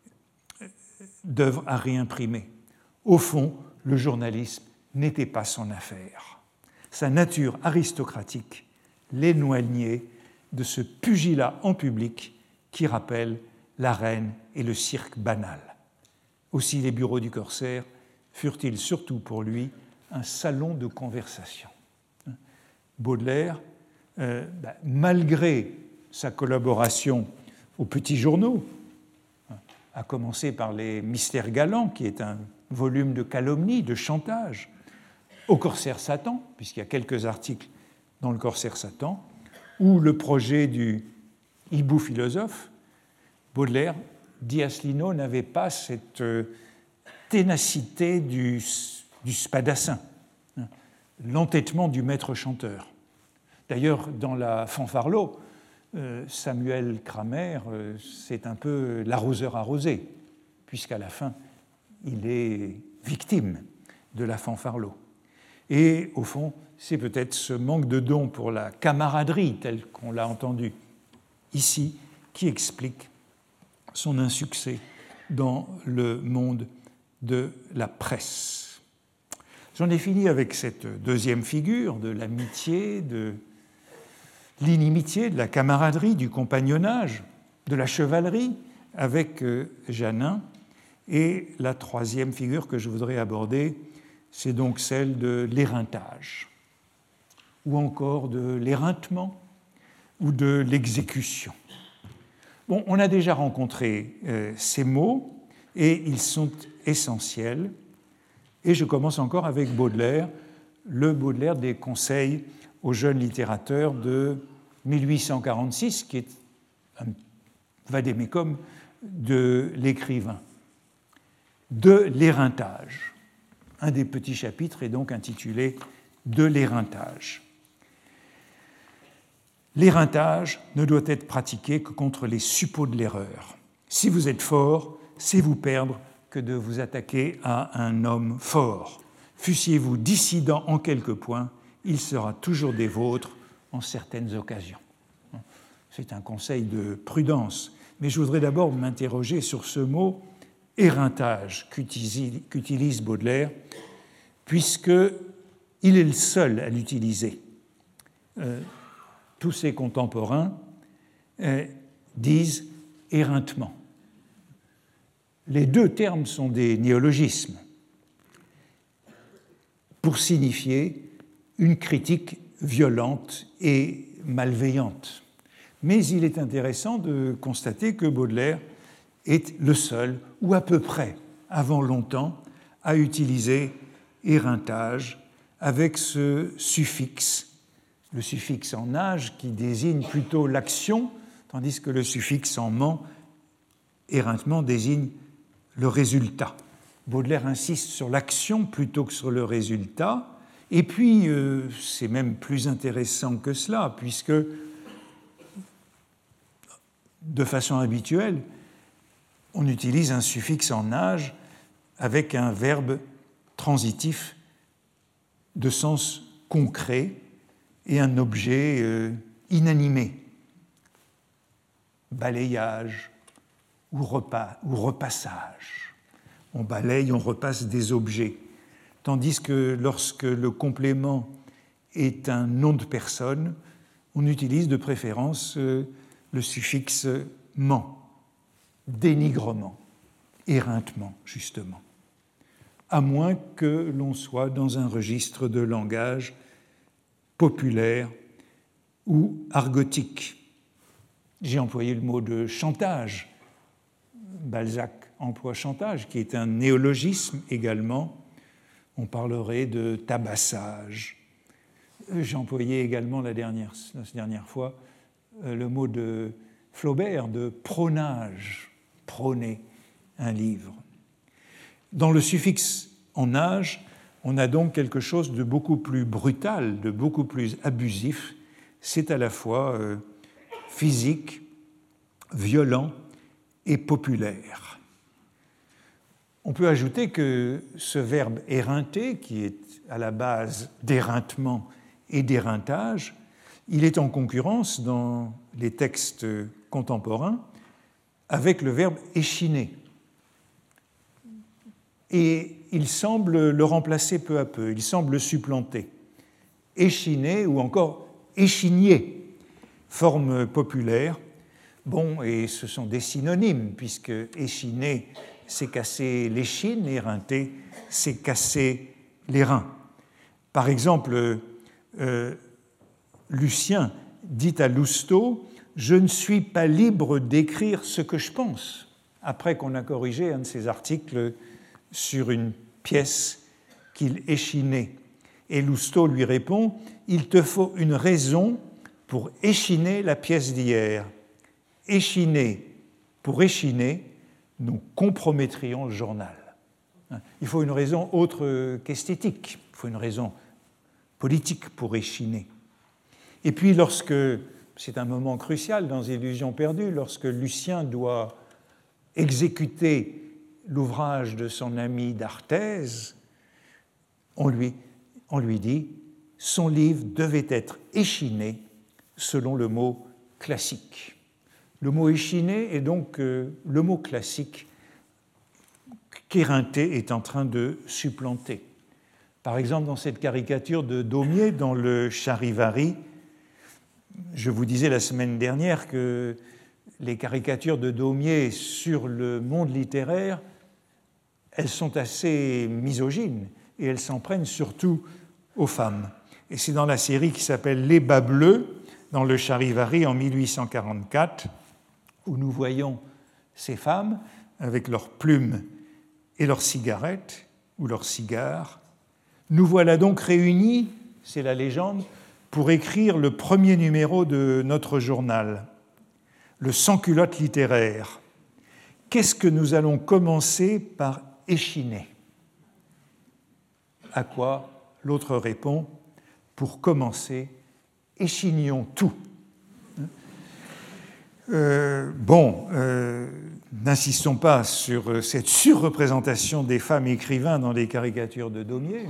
d'œuvres à réimprimer. Au fond, le journalisme n'était pas son affaire. Sa nature aristocratique l'éloignait de ce pugilat en public qui rappelle l'arène et le cirque banal. Aussi les bureaux du corsaire furent-ils surtout pour lui un salon de conversation. Baudelaire, malgré sa collaboration aux petits journaux, à commencer par les Mystères galants, qui est un volume de calomnie, de chantage, au Corsaire Satan, puisqu'il y a quelques articles dans le Corsaire Satan, ou le projet du hibou philosophe, Baudelaire, dit Asselineau, n'avait pas cette ténacité du spadassin, l'entêtement du maître chanteur. D'ailleurs, dans la Fanfarlot, Samuel Kramer, c'est un peu l'arroseur arrosé, puisqu'à la fin, il est victime de la Fanfarlot. Et au fond, c'est peut-être ce manque de don pour la camaraderie, tel qu'on l'a entendu ici, qui explique son insuccès dans le monde de la presse. J'en ai fini avec cette deuxième figure de l'amitié, de l'inimitié, de la camaraderie, du compagnonnage, de la chevalerie avec Jeannin. Et la troisième figure que je voudrais aborder, c'est donc celle de l'éreintage, ou encore de l'éreintement, ou de l'exécution. Bon, on a déjà rencontré ces mots, et ils sont essentiels. Et je commence encore avec Baudelaire, le Baudelaire des conseils aux jeunes littérateurs de 1846, qui est un vade-mecum de l'écrivain. De l'éreintage. Un des petits chapitres est donc intitulé « De l'éreintage ». L'éreintage ne doit être pratiqué que contre les suppôts de l'erreur. Si vous êtes fort, c'est vous perdre que de vous attaquer à un homme fort. Fussiez-vous dissident en quelques points, il sera toujours des vôtres en certaines occasions. C'est un conseil de prudence, mais je voudrais d'abord m'interroger sur ce mot éreintage qu'utilise Baudelaire, puisqu'il est le seul à l'utiliser. Tous ses contemporains disent éreintement. Les deux termes sont des néologismes pour signifier une critique violente et malveillante. Mais il est intéressant de constater que Baudelaire est le seul, ou à peu près, avant longtemps, à utiliser éreintage avec ce suffixe, le suffixe en age qui désigne plutôt l'action, tandis que le suffixe en ment, éreintement, désigne le résultat. Baudelaire insiste sur l'action plutôt que sur le résultat, et puis c'est même plus intéressant que cela, puisque de façon habituelle, on utilise un suffixe en age avec un verbe transitif de sens concret et un objet inanimé. Balayage ou repassage. On balaye, on repasse des objets. Tandis que lorsque le complément est un nom de personne, on utilise de préférence le suffixe ment. Dénigrement, éreintement, justement, à moins que l'on soit dans un registre de langage populaire ou argotique. J'ai employé le mot de chantage. Balzac emploie chantage, qui est un néologisme également. On parlerait de tabassage. J'ai employé également la dernière fois le mot de Flaubert de prônage. Prôner un livre. Dans le suffixe en age, on a donc quelque chose de beaucoup plus brutal, de beaucoup plus abusif. C'est à la fois physique, violent et populaire. On peut ajouter que ce verbe éreinter, qui est à la base d'éreintement et d'éreintage, il est en concurrence dans les textes contemporains avec le verbe échiner. Et il semble le remplacer peu à peu, il semble le supplanter. Échiner ou encore échigner, forme populaire. Bon, et ce sont des synonymes, puisque échiner, c'est casser l'échine, éreinter, c'est casser les reins. Par exemple, Lucien dit à Lousteau « Je ne suis pas libre d'écrire ce que je pense », après qu'on a corrigé un de ses articles sur une pièce qu'il échinait. Et Lousteau lui répond « Il te faut une raison pour échiner la pièce d'hier. Échiner pour échiner, nous compromettrions le journal. Il faut une raison autre qu'esthétique, il faut une raison politique pour échiner. Et puis lorsque, c'est un moment crucial dans Illusions perdues, lorsque Lucien doit exécuter l'ouvrage de son ami d'Arthez, on lui dit « son livre devait être échiné selon le mot classique ». Le mot échiné est donc le mot classique qu'Éreinté est en train de supplanter. Par exemple, dans cette caricature de Daumier, dans le Charivari, je vous disais la semaine dernière que les caricatures de Daumier sur le monde littéraire, elles sont assez misogynes et elles s'en prennent surtout aux femmes. Et c'est dans la série qui s'appelle Les Bas Bleus, dans le Charivari en 1844, où nous voyons ces femmes avec leurs plumes et leurs cigarettes ou leurs cigares. Nous voilà donc réunis, c'est la légende, pour écrire le premier numéro de notre journal, le sans-culotte littéraire. Qu'est-ce que nous allons commencer par échiner ? À quoi l'autre répond, pour commencer, échinions tout. N'insistons pas sur cette surreprésentation des femmes écrivains dans les caricatures de Daumier,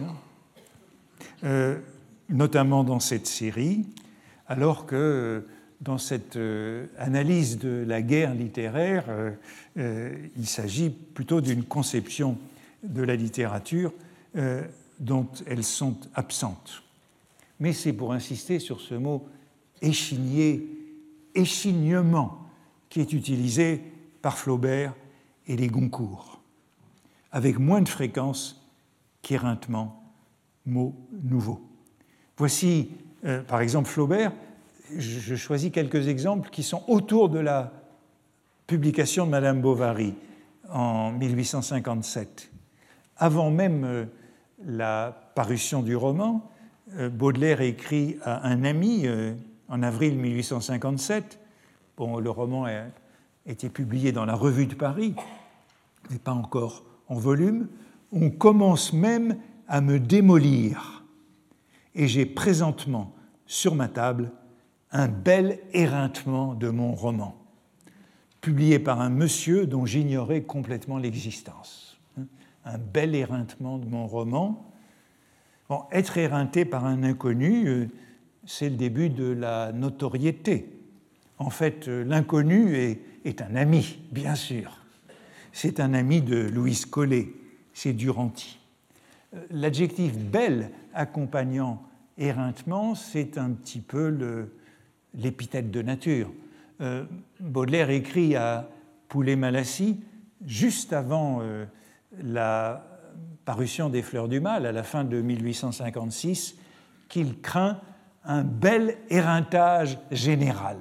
notamment dans cette série, alors que dans cette analyse de la guerre littéraire, il s'agit plutôt d'une conception de la littérature dont elles sont absentes. Mais c'est pour insister sur ce mot échigner, échignement, qui est utilisé par Flaubert et les Goncourt, avec moins de fréquence qu'éreintement, mot nouveau. Voici, par exemple, Flaubert. Je choisis quelques exemples qui sont autour de la publication de Madame Bovary en 1857. Avant même la parution du roman, Baudelaire écrit à un ami en avril 1857. Le roman a été publié dans la Revue de Paris, mais pas encore en volume. On commence même à me démolir. Et j'ai présentement sur ma table un bel éreintement de mon roman, publié par un monsieur dont j'ignorais complètement l'existence. Un bel éreintement de mon roman. Être éreinté par un inconnu, c'est le début de la notoriété. En fait, l'inconnu est un ami, bien sûr. C'est un ami de Louise Collet, c'est Duranty. L'adjectif « belle » accompagnant éreintement, c'est un petit peu l'épithète de nature. Baudelaire écrit à Poulet-Malassis, juste avant la parution des Fleurs du Mal, à la fin de 1856, qu'il craint un bel éreintage général.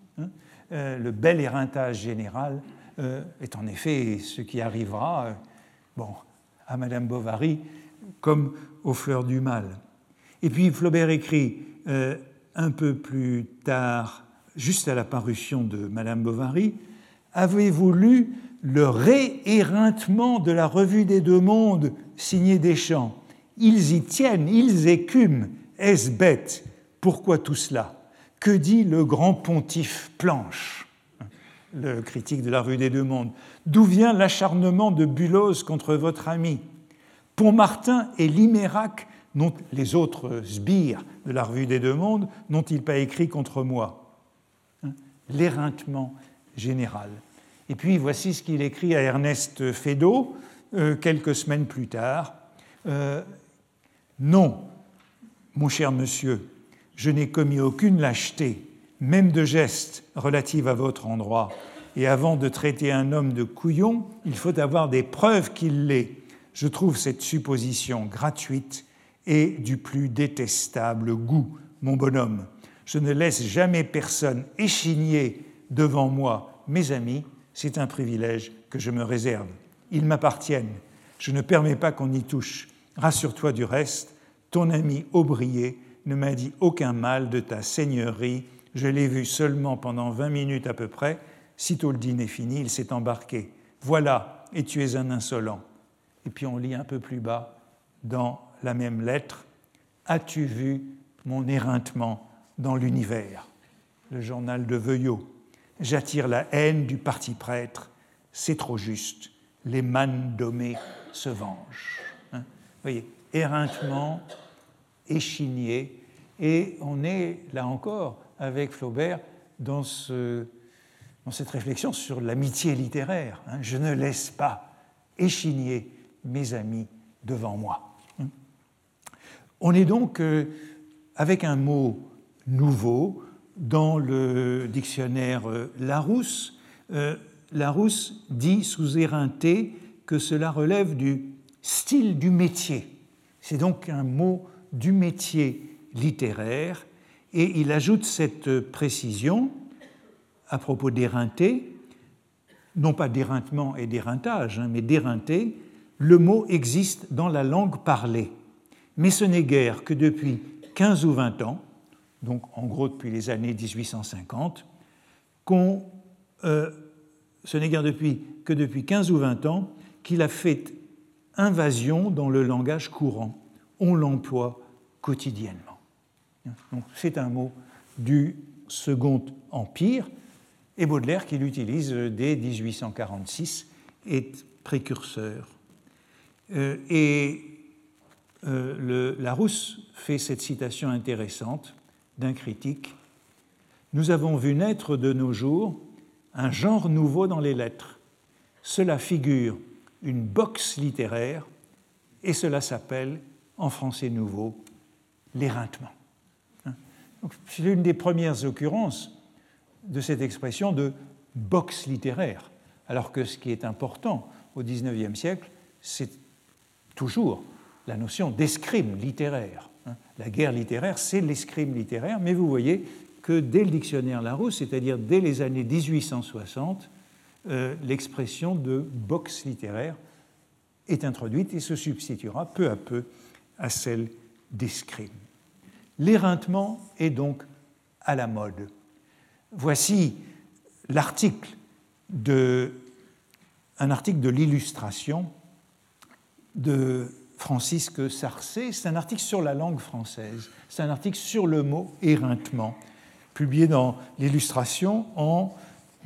Le bel éreintage général est en effet ce qui arrivera à Madame Bovary comme aux Fleurs du Mal. Et puis Flaubert écrit un peu plus tard, juste à la parution de Madame Bovary, « Avez-vous lu le rééreintement de la Revue des Deux Mondes signé Deschamps ? Ils y tiennent, ils écument. Est-ce bête ? Pourquoi tout cela ? Que dit le grand pontife Planche ?» Le critique de la Revue des Deux Mondes. « D'où vient l'acharnement de Bulose contre votre ami ? Pontmartin et Limérac, les autres sbires de la Revue des Deux Mondes, n'ont-ils pas écrit contre moi ? L'éreintement général. Et puis voici ce qu'il écrit à Ernest Feydeau quelques semaines plus tard. Non, mon cher monsieur, je n'ai commis aucune lâcheté, même de geste relative à votre endroit. Et avant de traiter un homme de couillon, il faut avoir des preuves qu'il l'est. Je trouve cette supposition gratuite et du plus détestable goût, mon bonhomme. Je ne laisse jamais personne échigner devant moi, mes amis, c'est un privilège que je me réserve. Ils m'appartiennent, je ne permets pas qu'on y touche. Rassure-toi du reste, ton ami Aubrier ne m'a dit aucun mal de ta seigneurie, je l'ai vu seulement pendant 20 minutes à peu près, Sitôt le dîner fini, il s'est embarqué. Voilà, et tu es un insolent. Et puis on lit un peu plus bas, dans la même lettre, as-tu vu mon éreintement dans l'univers? Le journal de Veuillot. J'attire la haine du parti prêtre, c'est trop juste, les mânes dommés se vengent. Vous voyez, éreintement, échigné, et on est là encore avec Flaubert dans cette réflexion sur l'amitié littéraire. Je ne laisse pas échigner mes amis devant moi. On est donc avec un mot nouveau dans le dictionnaire Larousse. Larousse dit sous éreinté que cela relève du style du métier. C'est donc un mot du métier littéraire et il ajoute cette précision à propos d'éreinté, non pas d'éreintement et d'éreintage, mais d'éreinté. Le mot existe dans la langue parlée, mais ce n'est guère que depuis 15 ou 20 ans, donc en gros depuis les années 1850, ce n'est guère que depuis 15 ou 20 ans qu'il a fait invasion dans le langage courant. On l'emploie quotidiennement. Donc, c'est un mot du Second Empire, et Baudelaire, qui l'utilise dès 1846, est précurseur. Larousse fait cette citation intéressante d'un critique. « Nous avons vu naître de nos jours un genre nouveau dans les lettres. Cela figure une boxe littéraire et cela s'appelle, en français nouveau, l'éreintement. » C'est l'une des premières occurrences de cette expression de boxe littéraire, alors que ce qui est important au XIXe siècle, c'est toujours la notion d'escrime littéraire. La guerre littéraire, c'est l'escrime littéraire, mais vous voyez que dès le dictionnaire Larousse, c'est-à-dire dès les années 1860, l'expression de boxe littéraire est introduite et se substituera peu à peu à celle d'escrime. L'éreintement est donc à la mode. Voici un article de l'Illustration de Francisque Sarcey. C'est un article sur la langue française. C'est un article sur le mot éreintement, publié dans l'Illustration en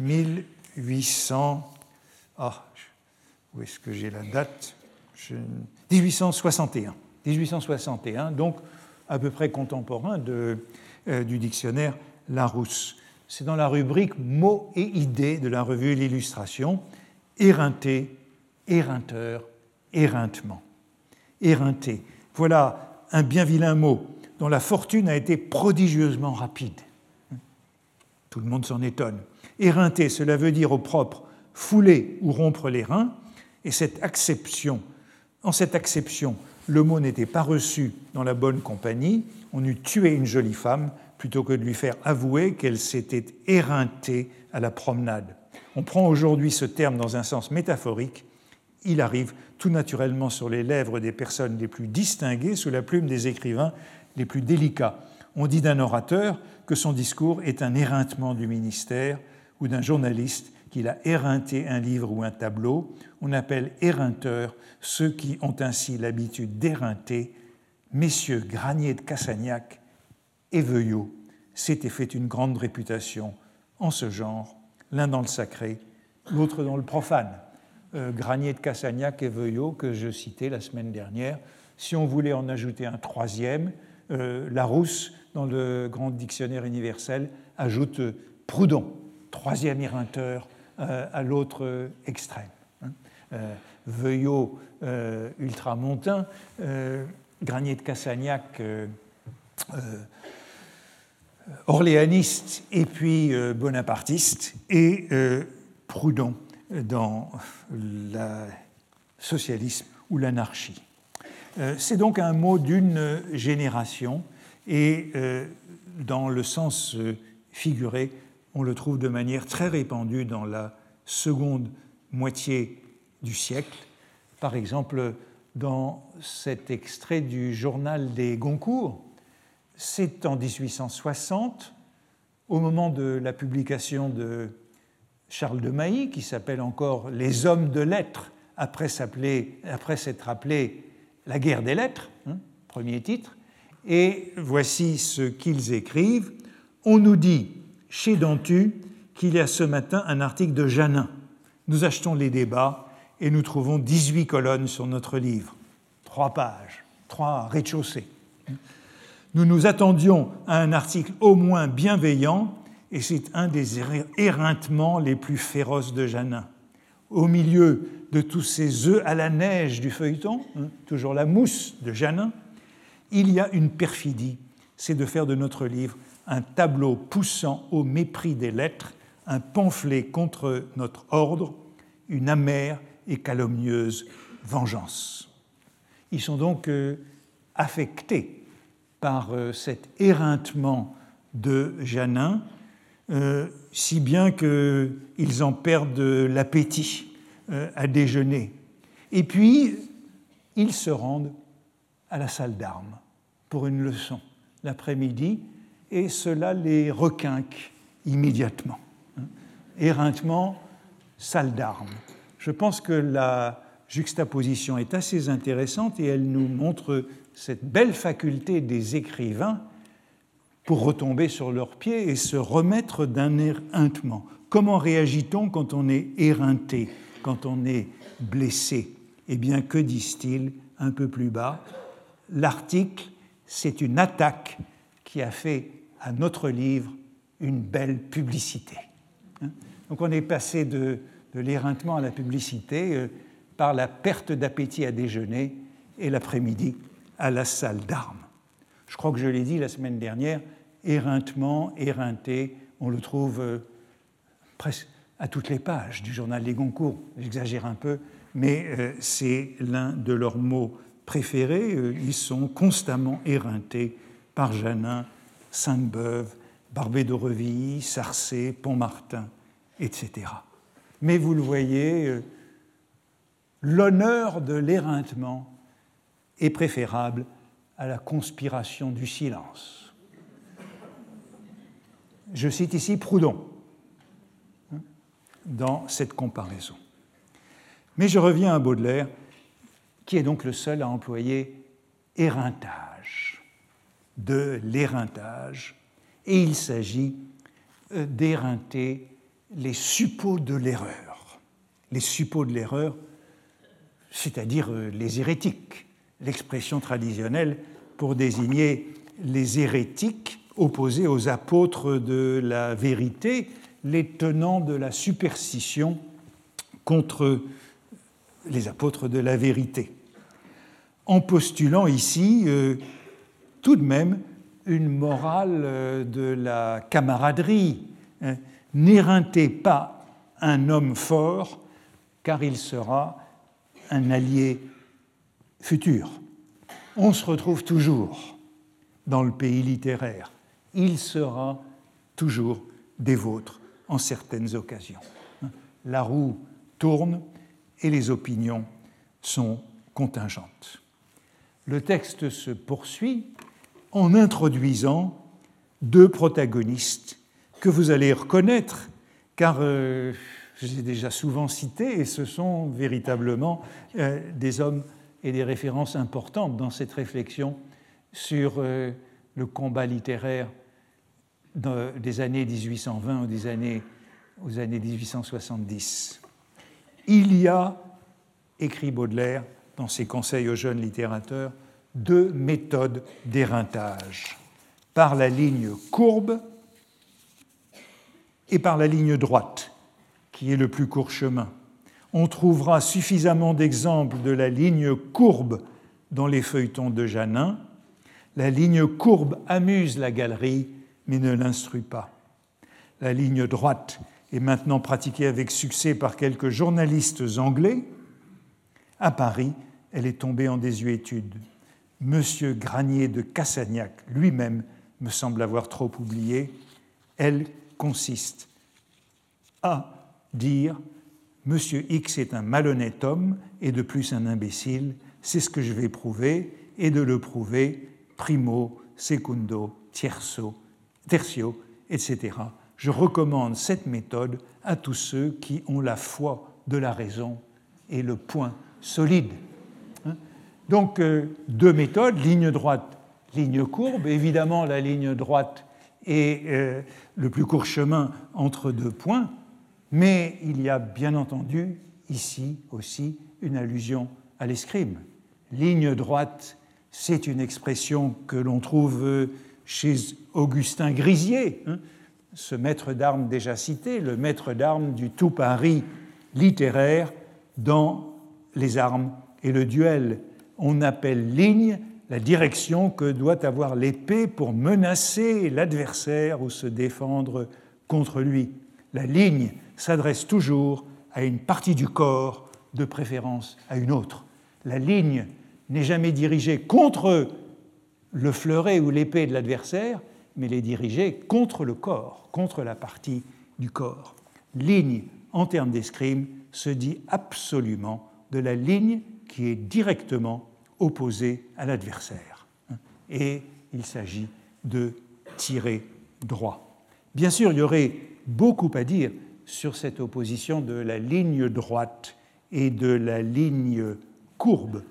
1800. Où est-ce que j'ai la date 1861. 1861, donc à peu près contemporain du dictionnaire Larousse. C'est dans la rubrique mots et idées de la revue L'Illustration. Éreinté, éreinteur, éreintement. Éreinté. Voilà un bien vilain mot dont la fortune a été prodigieusement rapide. Tout le monde s'en étonne. Éreinté, cela veut dire au propre fouler ou rompre les reins, et en cette acception, le mot n'était pas reçu dans la bonne compagnie. On eût tué une jolie femme plutôt que de lui faire avouer qu'elle s'était éreintée à la promenade. On prend aujourd'hui ce terme dans un sens métaphorique. Il arrive tout naturellement sur les lèvres des personnes les plus distinguées, sous la plume des écrivains les plus délicats. On dit d'un orateur que son discours est un éreintement du ministère ou d'un journaliste qu'il a éreinté un livre ou un tableau. On appelle éreinteurs ceux qui ont ainsi l'habitude d'éreinter. Messieurs Granier de Cassagnac et Veuillot s'étaient fait une grande réputation en ce genre, l'un dans le sacré, l'autre dans le profane. Granier de Cassagnac et Veuillot, que je citais la semaine dernière. Si on voulait en ajouter un troisième, Larousse, dans le Grand Dictionnaire universel, ajoute Proudhon, troisième éreinteur à l'autre extrême. Veuillot, ultramontain, Granier de Cassagnac, orléaniste et puis bonapartiste, et Proudhon dans le socialisme ou l'anarchie. C'est donc un mot d'une génération et dans le sens figuré, on le trouve de manière très répandue dans la seconde moitié du siècle. Par exemple, dans cet extrait du journal des Goncourt, c'est en 1860, au moment de la publication de Charles de Mailly, qui s'appelle encore Les Hommes de lettres, après s'être appelé La guerre des lettres, premier titre. Et voici ce qu'ils écrivent. On nous dit, chez Dantu, qu'il y a ce matin un article de Janin. Nous achetons les débats et nous trouvons 18 colonnes sur notre livre. 3 pages, 3 rez-de-chaussée. Nous nous attendions à un article au moins bienveillant, et c'est un des éreintements les plus féroces de Janin. Au milieu de tous ces œufs à la neige du feuilleton, toujours la mousse de Janin, il y a une perfidie, c'est de faire de notre livre un tableau poussant au mépris des lettres, un pamphlet contre notre ordre, une amère et calomnieuse vengeance. Ils sont donc affectés par cet éreintement de Janin, si bien qu'ils en perdent l'appétit à déjeuner. Et puis, ils se rendent à la salle d'armes pour une leçon l'après-midi, et cela les requinque immédiatement. Éreintement, salle d'armes. Je pense que la juxtaposition est assez intéressante et elle nous montre cette belle faculté des écrivains pour retomber sur leurs pieds et se remettre d'un éreintement. Comment réagit-on quand on est éreinté, quand on est blessé? Eh bien, que disent-ils un peu plus bas? L'article, c'est une attaque qui a fait à notre livre une belle publicité. Donc on est passé de l'éreintement à la publicité par la perte d'appétit à déjeuner et l'après-midi à la salle d'armes. Je crois que je l'ai dit la semaine dernière, éreintement, éreinté, on le trouve presque à toutes les pages du journal Les Goncourt. J'exagère un peu, mais c'est l'un de leurs mots préférés. Ils sont constamment éreintés par Janin, Sainte-Beuve, Barbé d'Aurevilly, Sarcey, Pont-Martin, etc. Mais vous le voyez, l'honneur de l'éreintement est préférable à la conspiration du silence. Je cite ici Proudhon dans cette comparaison. Mais je reviens à Baudelaire, qui est donc le seul à employer éreintage, de l'éreintage, et il s'agit d'éreinter les suppôts de l'erreur. Les suppôts de l'erreur, c'est-à-dire les hérétiques, l'expression traditionnelle pour désigner les hérétiques opposés aux apôtres de la vérité, les tenants de la superstition contre les apôtres de la vérité, en postulant ici tout de même une morale de la camaraderie. N'éreintez pas un homme fort, car il sera un allié futur. On se retrouve toujours dans le pays littéraire. Il sera toujours des vôtres en certaines occasions. La roue tourne et les opinions sont contingentes. Le texte se poursuit en introduisant 2 protagonistes que vous allez reconnaître, car je les ai déjà souvent cités, et ce sont véritablement des hommes et des références importantes dans cette réflexion sur le combat littéraire des années 1820 aux années 1870. Il y a, écrit Baudelaire dans ses conseils aux jeunes littérateurs, 2 méthodes d'éreintage, par la ligne courbe et par la ligne droite, qui est le plus court chemin. On trouvera suffisamment d'exemples de la ligne courbe dans les feuilletons de Janin. La ligne courbe amuse la galerie, mais ne l'instruit pas. La ligne droite est maintenant pratiquée avec succès par quelques journalistes anglais. À Paris, elle est tombée en désuétude. Monsieur Granier de Cassagnac lui-même me semble avoir trop oublié. Elle consiste à dire « Monsieur X est un malhonnête homme et de plus un imbécile, c'est ce que je vais prouver, et de le prouver primo, secundo, tertio, etc. Je recommande cette méthode à tous ceux qui ont la foi de la raison et le point solide. Donc, deux méthodes, ligne droite, ligne courbe. Évidemment, la ligne droite est le plus court chemin entre deux points, mais il y a bien entendu ici aussi une allusion à l'escrime. Ligne droite, c'est une expression que l'on trouve chez Augustin Grisier, ce maître d'armes déjà cité, le maître d'armes du tout Paris littéraire dans les armes et le duel. On appelle ligne la direction que doit avoir l'épée pour menacer l'adversaire ou se défendre contre lui. La ligne s'adresse toujours à une partie du corps, de préférence à une autre. La ligne n'est jamais dirigée contre le fleuret ou l'épée de l'adversaire, mais elle est dirigée contre le corps, contre la partie du corps. Ligne, en termes d'escrime, se dit absolument de la ligne qui est directement opposée à l'adversaire. Et il s'agit de tirer droit. Bien sûr, il y aurait beaucoup à dire sur cette opposition de la ligne droite et de la ligne courbe,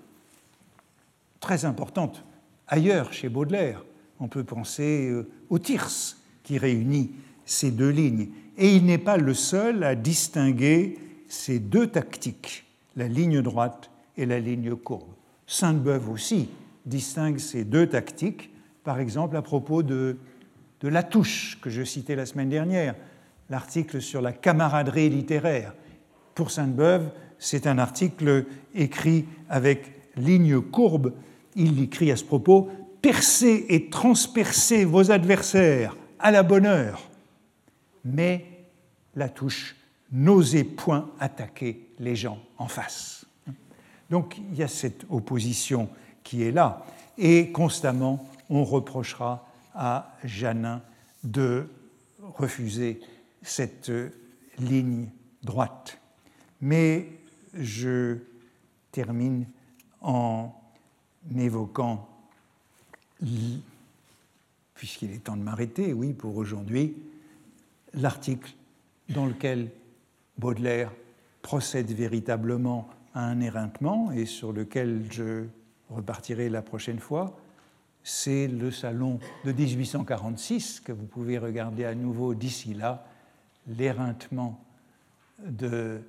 très importante ailleurs chez Baudelaire. On peut penser au tierce qui réunit ces deux lignes. Et il n'est pas le seul à distinguer ces deux tactiques, la ligne droite et la ligne courbe. Sainte-Beuve aussi distingue ces deux tactiques, par exemple à propos de Latouche, que je citais la semaine dernière, l'article sur la camaraderie littéraire. Pour Sainte-Beuve, c'est un article écrit avec ligne courbe. Il écrit à ce propos « Percez et transpercez vos adversaires à la bonne heure, mais Latouche, n'osez point attaquer les gens en face. » Donc il y a cette opposition qui est là, et constamment on reprochera à Janin de refuser cette ligne droite. Mais je termine en évoquant, puisqu'il est temps de m'arrêter, oui, pour aujourd'hui, l'article dans lequel Baudelaire procède véritablement à un éreintement et sur lequel je repartirai la prochaine fois. C'est le salon de 1846 que vous pouvez regarder à nouveau d'ici là, l'éreintement de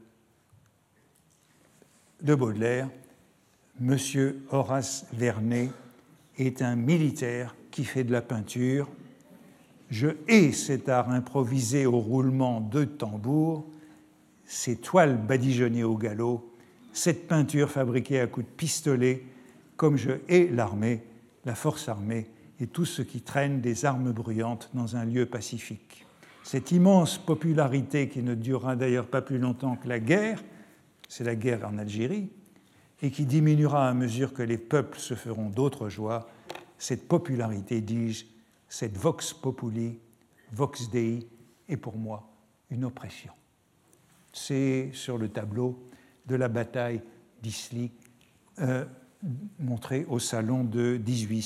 Baudelaire. Monsieur Horace Vernet est un militaire qui fait de la peinture. Je hais cet art improvisé au roulement de tambour, ces toiles badigeonnées au galop, cette peinture fabriquée à coups de pistolet, comme je hais l'armée, la force armée et tout ce qui traîne des armes bruyantes dans un lieu pacifique. Cette immense popularité qui ne durera d'ailleurs pas plus longtemps que la guerre, c'est la guerre en Algérie, et qui diminuera à mesure que les peuples se feront d'autres joies, cette popularité, dis-je, cette vox populi, vox dei, est pour moi une oppression. C'est sur le tableau de la bataille d'Isly, montré au salon de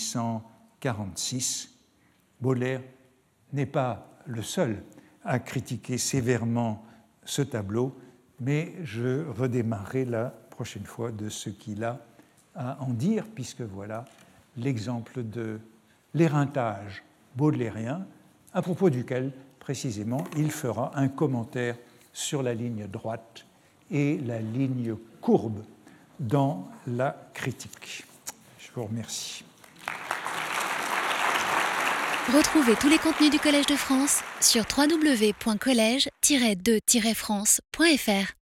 1846. Baudelaire n'est pas le seul à critiquer sévèrement ce tableau, mais je redémarrerai la prochaine fois de ce qu'il a à en dire, puisque voilà l'exemple de l'éreintage baudelairien, à propos duquel, précisément, il fera un commentaire sur la ligne droite et la ligne courbe dans la critique. Je vous remercie. Retrouvez tous les contenus du Collège de France sur www.collège-2-france.fr.